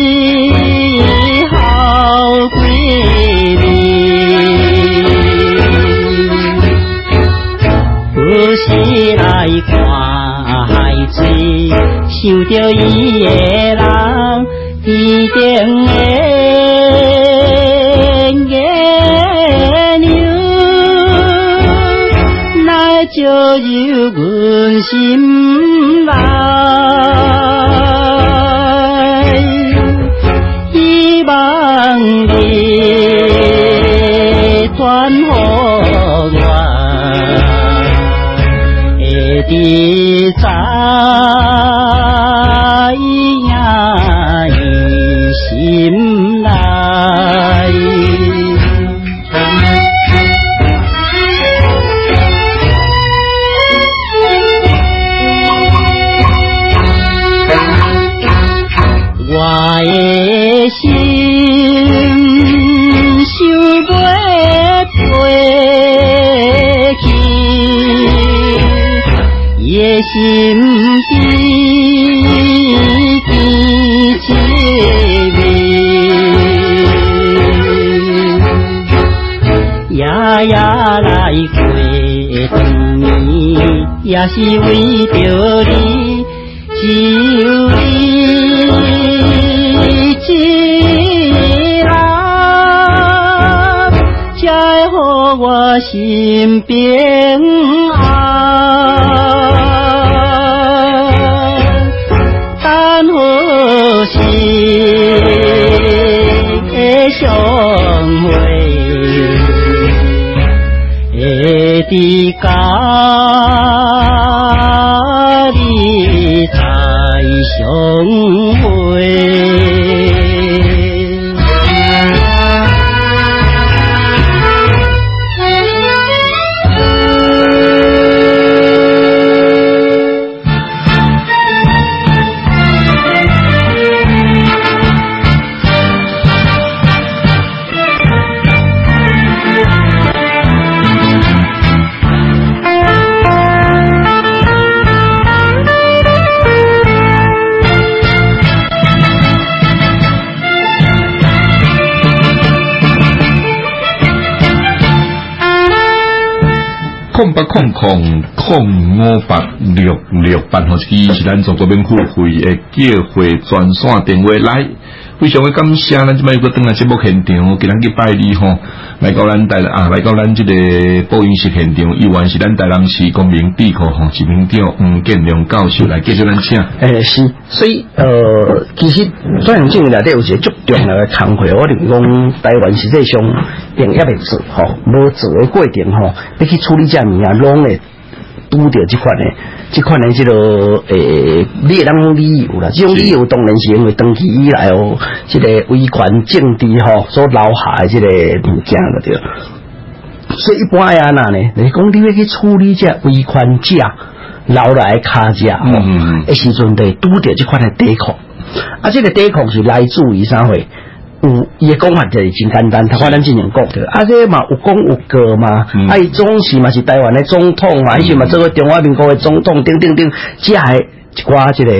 好闺蜜，有时来看海水，想着伊的人，天顶的月亮，来照入阮心内。望你转予我，会知在伊心内。我的心想袂飞去，伊的心比天凄迷。 夜夜来过长年，也是为着你，只有你一人，才予我心平安。但何时会相会？会伫家里再相会。 0800586668，吼，这是咱中国免付费的叫会专线电话来。非常的感谢，咱即摆又搁转来节目现场，今日去拜你吼，来到咱这个播音室现场，依然是咱台南市公民智库吼执行长黄建良教授来继续咱请。 是，所以其实转型正义内底有一个足重要的工课，我认讲台湾实际上并也未做吼，无做的过程吼，要去处理这物啊，拢会拄着这款的这个你会当讲理由啦，这种理由当然是因为长期以来这个威权政治所留下的这个物件了对。所以一般安那呢，就是讲你要去处理这威权者留来的卡者的时阵，就拄着这款的抵抗。这个抵抗是来自于啥货？有伊的讲法就是真简单，头先咱之前讲的，这嘛有讲有过嘛，伊总是嘛是台湾的总统嘛，以前嘛做过中华民国的总统，等，这系一寡这个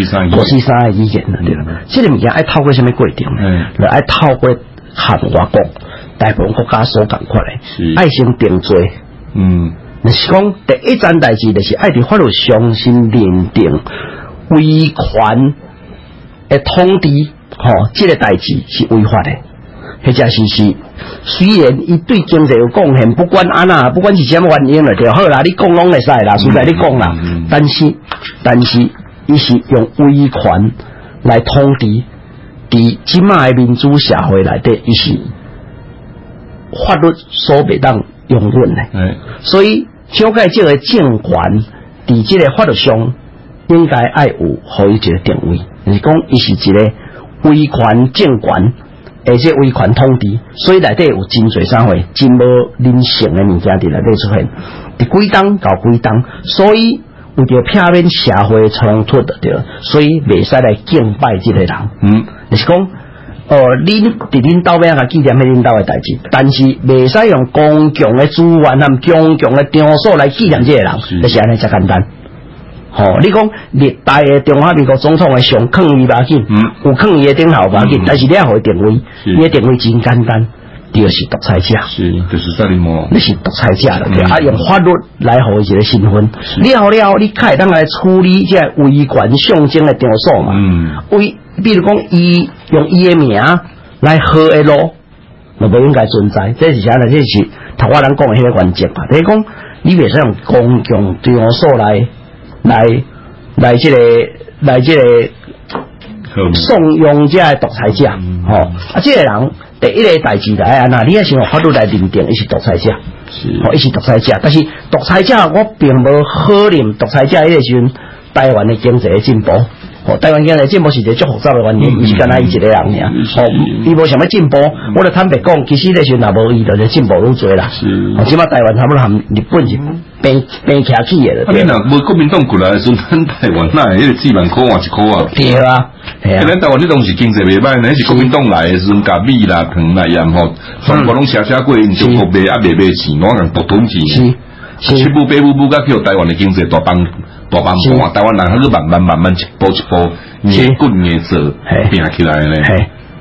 543的意见了对啦。这个物件爱透过什么过程？就爱透过和外国大部分国家所共款的，爱先定罪。就是讲第一件代志，就是爱伫法律上先认定威权的统治。这个代志是违法的，或者是虽然伊对经济有贡献，不管安那，不管是什么原因了，就好啦，你讲拢会使啦，实在你讲啦。但是，伊是用威权来统治，伫即卖民主社会内底，伊是法律所袂当容忍的。所以，小介这个政权伫即个法律上应该爱有互伊一个定位，就是讲伊是一个。威权政权，而且威权统治，所以内底有真侪啥货，真无人性的物件伫内底出现，伫几档到几档，所以为着避免社会冲突对，所以袂使来敬拜这个人。就是讲，恁伫恁兜边甲纪念迄恁兜的代志，但是袂使用公共的资源和公共的场所来纪念这个人，就是安尼才简单。你讲历代的中华民国总统的上抗议吧紧，有抗议的顶头吧紧，但是你要互伊定位，伊的定位真简单，就是独裁者， 就是萨利摩， 你是独裁者了，对用法律来互伊一个身份，了，你开当来处理这威权象征的场所嘛，比如讲伊用伊的名来喝的路，就不应该存在，这是啥呢？这是头我咱讲的迄个原则嘛，就是讲你袂使用公共场所来这个怂恿这独裁者，这个人第一个代志来安那，你要先用法律来认定伊是独裁者，伊是独裁者，但是独裁者我并无可能独裁者迄个时阵，台湾的经济的进步。台湾经济进步是一个足复杂的原因，伊是干那伊一个人尔，伊无想要进步，我就坦白讲，其实那时候若无伊，就进步愈多啦。起码台湾差不多含日本是平徛起的了。 你若无国民党过来的时候，咱台湾哪会迄个4万块换1块啊？ 对啊， 咱台湾这当时经济袂歹，那是国民党来的时候，甲米啦、糖啦、盐吼，全部拢写过，因中国卖也卖钱，我讲独吞钱。七步八步甲叫台湾的经济大帮台湾人还是慢慢一步一步硬滚硬做拼起来咧。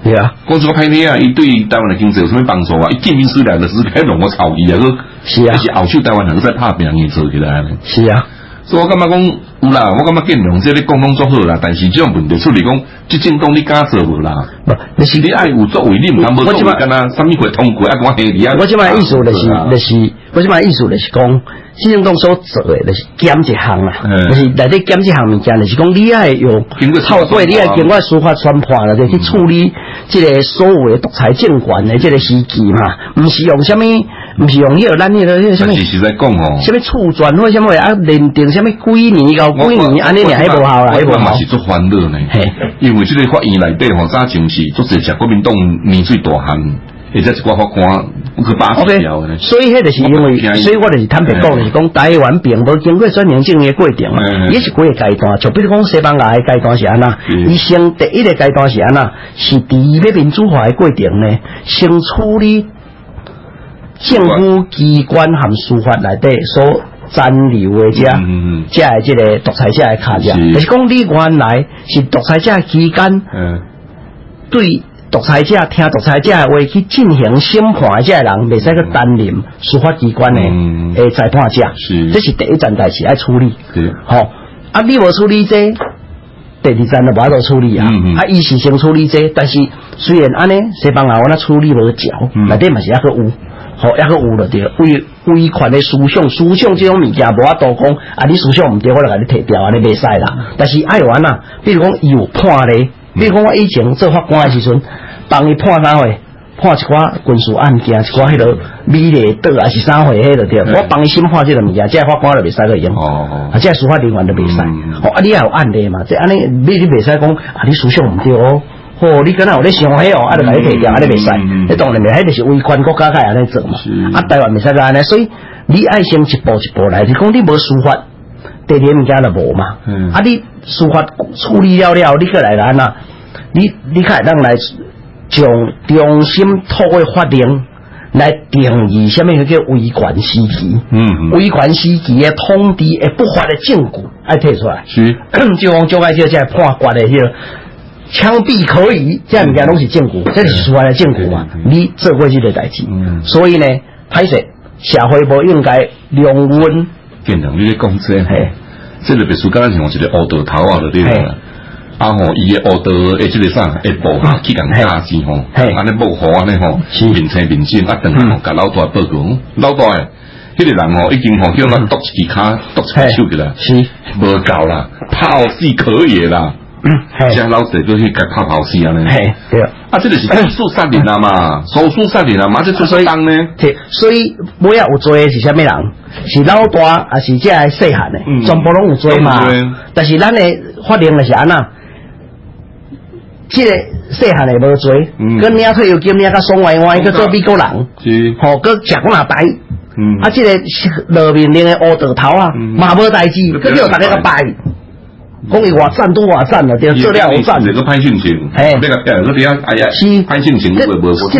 对啊， 讲这个歹听啊，伊对台湾的经济有什么帮助啊？伊见面虽然就是开弄个草伊啊， 是啊， 是后手台湾人在拍拼去做起来咧。 是啊， 所以我感觉讲有啦，我感觉建良这咧讲拢足好啦，但是这种问题出嚟讲，即政党你敢做无啦？ 不，那是你爱有作为，你唔通无作为，干那啥物会通过啊？我黑你啊！ 我即摆意思就是我即摆意思就是讲，市政党所做的就是减一项啦，就是内底减一项物件，就是讲你爱用透过你爱经过司法宣判啦，就去处理即个所有的独裁政权的即个时期嘛，唔是用什么，唔是用迄个咱迄个什么， 是在讲吼， 什么处转或什么啊，认定什么几年到几年，安尼尔还无效啦，还无效。 是足欢乐呢，因为即个法院内底吼，早前是足侪食国民党年岁大汉。或者一寡法官去把持掉的， 所以迄就是因为，所以我就是坦白讲，就是讲台湾并无经过转型正义的过程嘛，也是几个阶段，就比如讲西班牙的阶段是安那，伊先第一个阶段是安那，是伫要民主化的过程呢，先处理政府机关和司法内底所残留的遮的即个独裁者的卡者，就是讲你原来是独裁者期间，对。独裁者听独裁者的话去进行审判的这人，袂使去担任司法机关的裁判者，这是第一站代志爱处理。好，啊，你无处理这，第二站就无法度处理啊。啊，伊是先处理这，但是虽然安尼，西班牙我那处理无焦，内底嘛是抑个有，好抑个有了对，威权的思想这种物件无法度讲，啊，你思想唔对，我就甲你摕掉，安尼袂使啦。但是爱玩啊，比如讲伊有判咧。比如讲，我以前做法官的时阵，帮伊判啥货，判一寡军事案件，一寡迄个美丽岛还是啥货，迄个对。我帮伊审判这个物件，这法官就袂使个用，啊，这司法人员就袂使。啊，你也有案例嘛？这安尼，你袂使讲啊，你思想唔对哦，你敢若有咧想迄哦，啊，就甲你摕掉，安尼袂使。你当然袂，迄就是威权国家该安尼做嘛。啊，台湾袂使个安尼，所以你爱先一步一步来，就讲你无司法。第二物件就无嘛，啊！你司法处理了，你过来安那，你看咱来从中心透过法令来定义什么叫威权时期，威权时期的统治的不法的证据爱摕出来，是，就讲就爱叫这判决的迄个枪毙可以，这物件拢是证据，这是司法的证据嘛，你做过这个代志，所以呢，歹势社会无应该容忍。 变成你咧讲这，这个别墅刚才像一个乌道头啊，就对啦。啊吼，伊个乌道诶，这个啥下步哈，去共架子吼，安尼幕后安尼吼，面青面正啊，等下甲老大报告，老大诶，迄个人吼已经吼叫咱剁一支骹，剁一支手去啦，是无够啦，泡死可以啦。像老师就去甲泡死啊呢，对啊，这个是手术杀人啊嘛，手术杀人啊嘛，这做当呢， 所以尾仔有做的是啥物人？是老大还是这细汉的？全部拢有做嘛。但是咱的法令就是安那，这个细汉的无做，跟领退休金领甲爽歪歪，去做美国人，吼，搁食过哪台？啊，这个落面顶的乌道头啊，嘛无代志，搁叫大家个拜。讲伊偌赞都偌赞了，对，做了有赞。 这个歹心情，那个那边哎呀，是歹心情，这个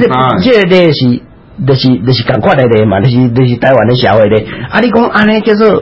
就是共款的咧嘛，就是台湾的社会咧。啊，你讲安尼叫做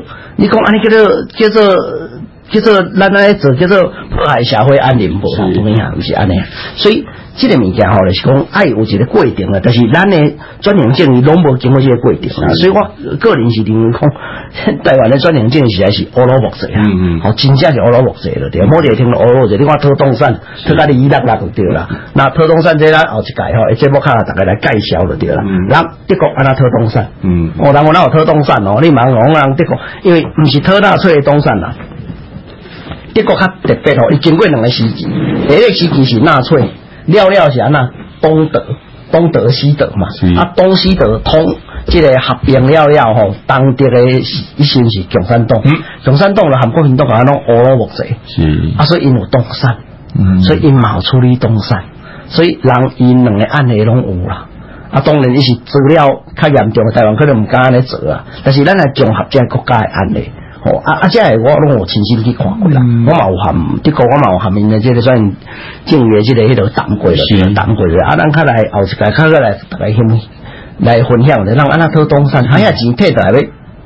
咱来做叫做迫害社会安宁无啦，不一样，是安尼。所以这个物件吼，就是讲爱有一个过程啊，但是咱的转型正义拢无经过这个过程啊，所以我个人是认为讲，台湾的转型正义实在是乌鲁木齐啊，好，真正是乌鲁木齐了，对，某一个听到乌鲁木齐，你看特东山，特甲你伊拉就对啦。那特东山这咱后一届吼，节目卡大家来介绍就对啦。咱德国安那特东山，人有特东山哦，你茫讲人德国，因为不是特纳粹的东山啦。德国较特别吼，伊经过两个时期，第一个时期是纳粹，了是安那东德西德嘛，啊东西德通这个合并了吼，当地的以前是共产党，共产党就含国民党安弄乌鲁木齐，是啊，所以因有东山，所以因嘛有处理东山，所以人因两个案例拢有啦。啊，当然伊是资料较严重，台湾可能唔敢安尼做啊，但是咱来综合这个国家的案例。哦，这个我拢有亲身去看过啦，我嘛有含德国，我嘛有含因的这个算正月这个迄个谈过了，谈过了。啊，咱较来后一届，较来大家来分享的，让安那特东山，还要钱退来要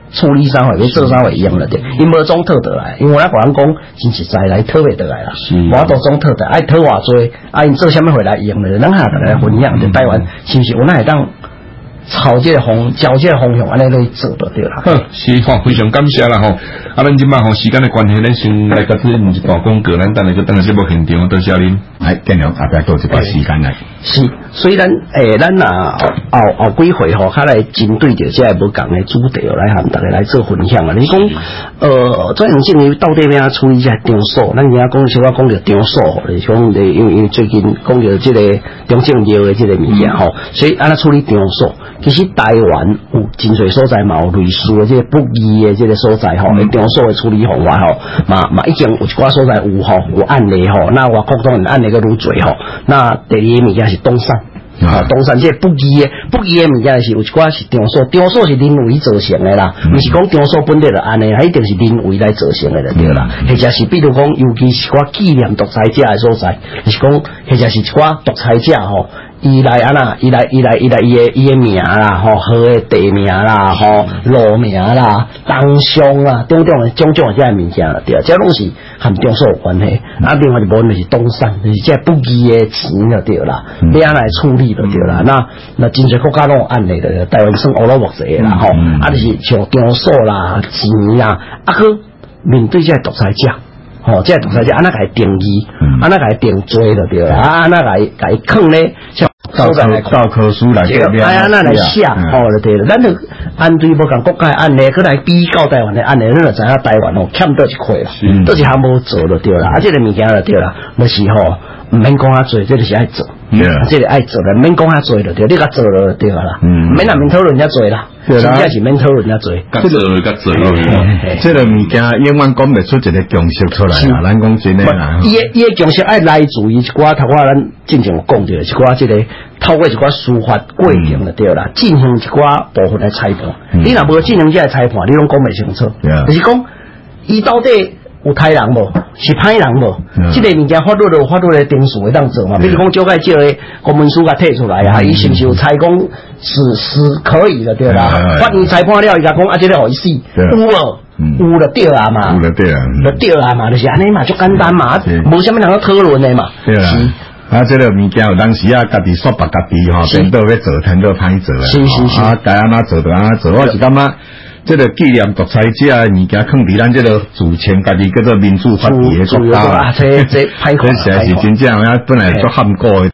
处理啥货，要做啥货用了对，因无总讨得来，因为我甲人讲真实在来讨袂得来啦，我都总讨得，爱讨偌济，因做啥物货来用咧，咱下大家来分享，就台湾是毋是有哪会当？朝这个方向，安尼来做就对啦。 是吼，非常感谢啦吼。咱即摆吼时间的关系，咱先来甲这一段广告，咱等下就等下节目现场，多谢您。 来，建良后壁多一段时间来。 是，虽然咱后几回吼，较来针对着这无共的主题来和大家来做分享啊。你讲转型正义到底要处理这中所，咱而家讲小可讲着中所，就是讲因为最近讲着这个中正药的这个物件吼，所以安那处理中所。其实台湾有真侪所在嘛有类似的这个不义的这个所在吼，中所的处理方法吼，嘛已经有一寡所在有案例吼，那外国当然案例个愈侪吼。那第二个物件是东山。东山这不义的物件是有一寡是中所是人为造成的啦，毋是讲中所本地的安尼，一定是人为来造成的对啦。或者是比如讲，尤其是寡纪念独裁者的所在，就是讲或者是一寡独裁者吼。伊来伊的名啦，吼，号的地名啦，吼，路名啦，当乡啦，种的这些物件啦，对，这拢是和中所有关系。另外一部分就是东山，就是这不义的钱就对啦，你安来处理就对啦。那真侪国家拢有案例的，台湾算乌鲁木齐啦，吼，就是像中所啦、钱啦，去面对这独裁者。这独裁者安那个定义，安那个定罪就对啦，安那个坑咧，像教科书来对， 安那来写就对了。咱就按对无共国家案例，去来比较台湾的案例，咱就知影台湾欠倒一块啦，倒一项无做就对啦。这个物件就对啦，就是唔免讲遐多，这就是爱做，这个爱做啦，免讲遐多就对，你甲做就对啦，免那免讨论遐多啦。真正是免讨论遐侪， 甲做这个物件永远讲袂出一个共识出来啦。咱讲真诶啦， 伊诶共识爱来自于一寡头话，咱正常讲着一寡这个透过一寡司法过程就对啦，进行一寡部分的裁判。你若无进行这个裁判，你拢讲袂清楚。就是讲，伊到底有歹人无？是歹人无？这个物件法律的定数会当做嘛？比如讲，照介这个公文书甲摕出来啊，伊是毋是有裁讲是可以的对啦？法院裁判了，伊甲讲这个互伊死，有无？有就对啊嘛，就对啊嘛，就是安尼嘛，足简单嘛，无啥物人要讨论的嘛。 对啦，这个物件有当时家己说白家己吼，变到要做，变到歹做啦。该安怎做就安怎做，我是感觉。这个纪念独裁者的物件，放伫咱这个自称家己叫做民主法治的国家，这实在是真正，本来做汉过的。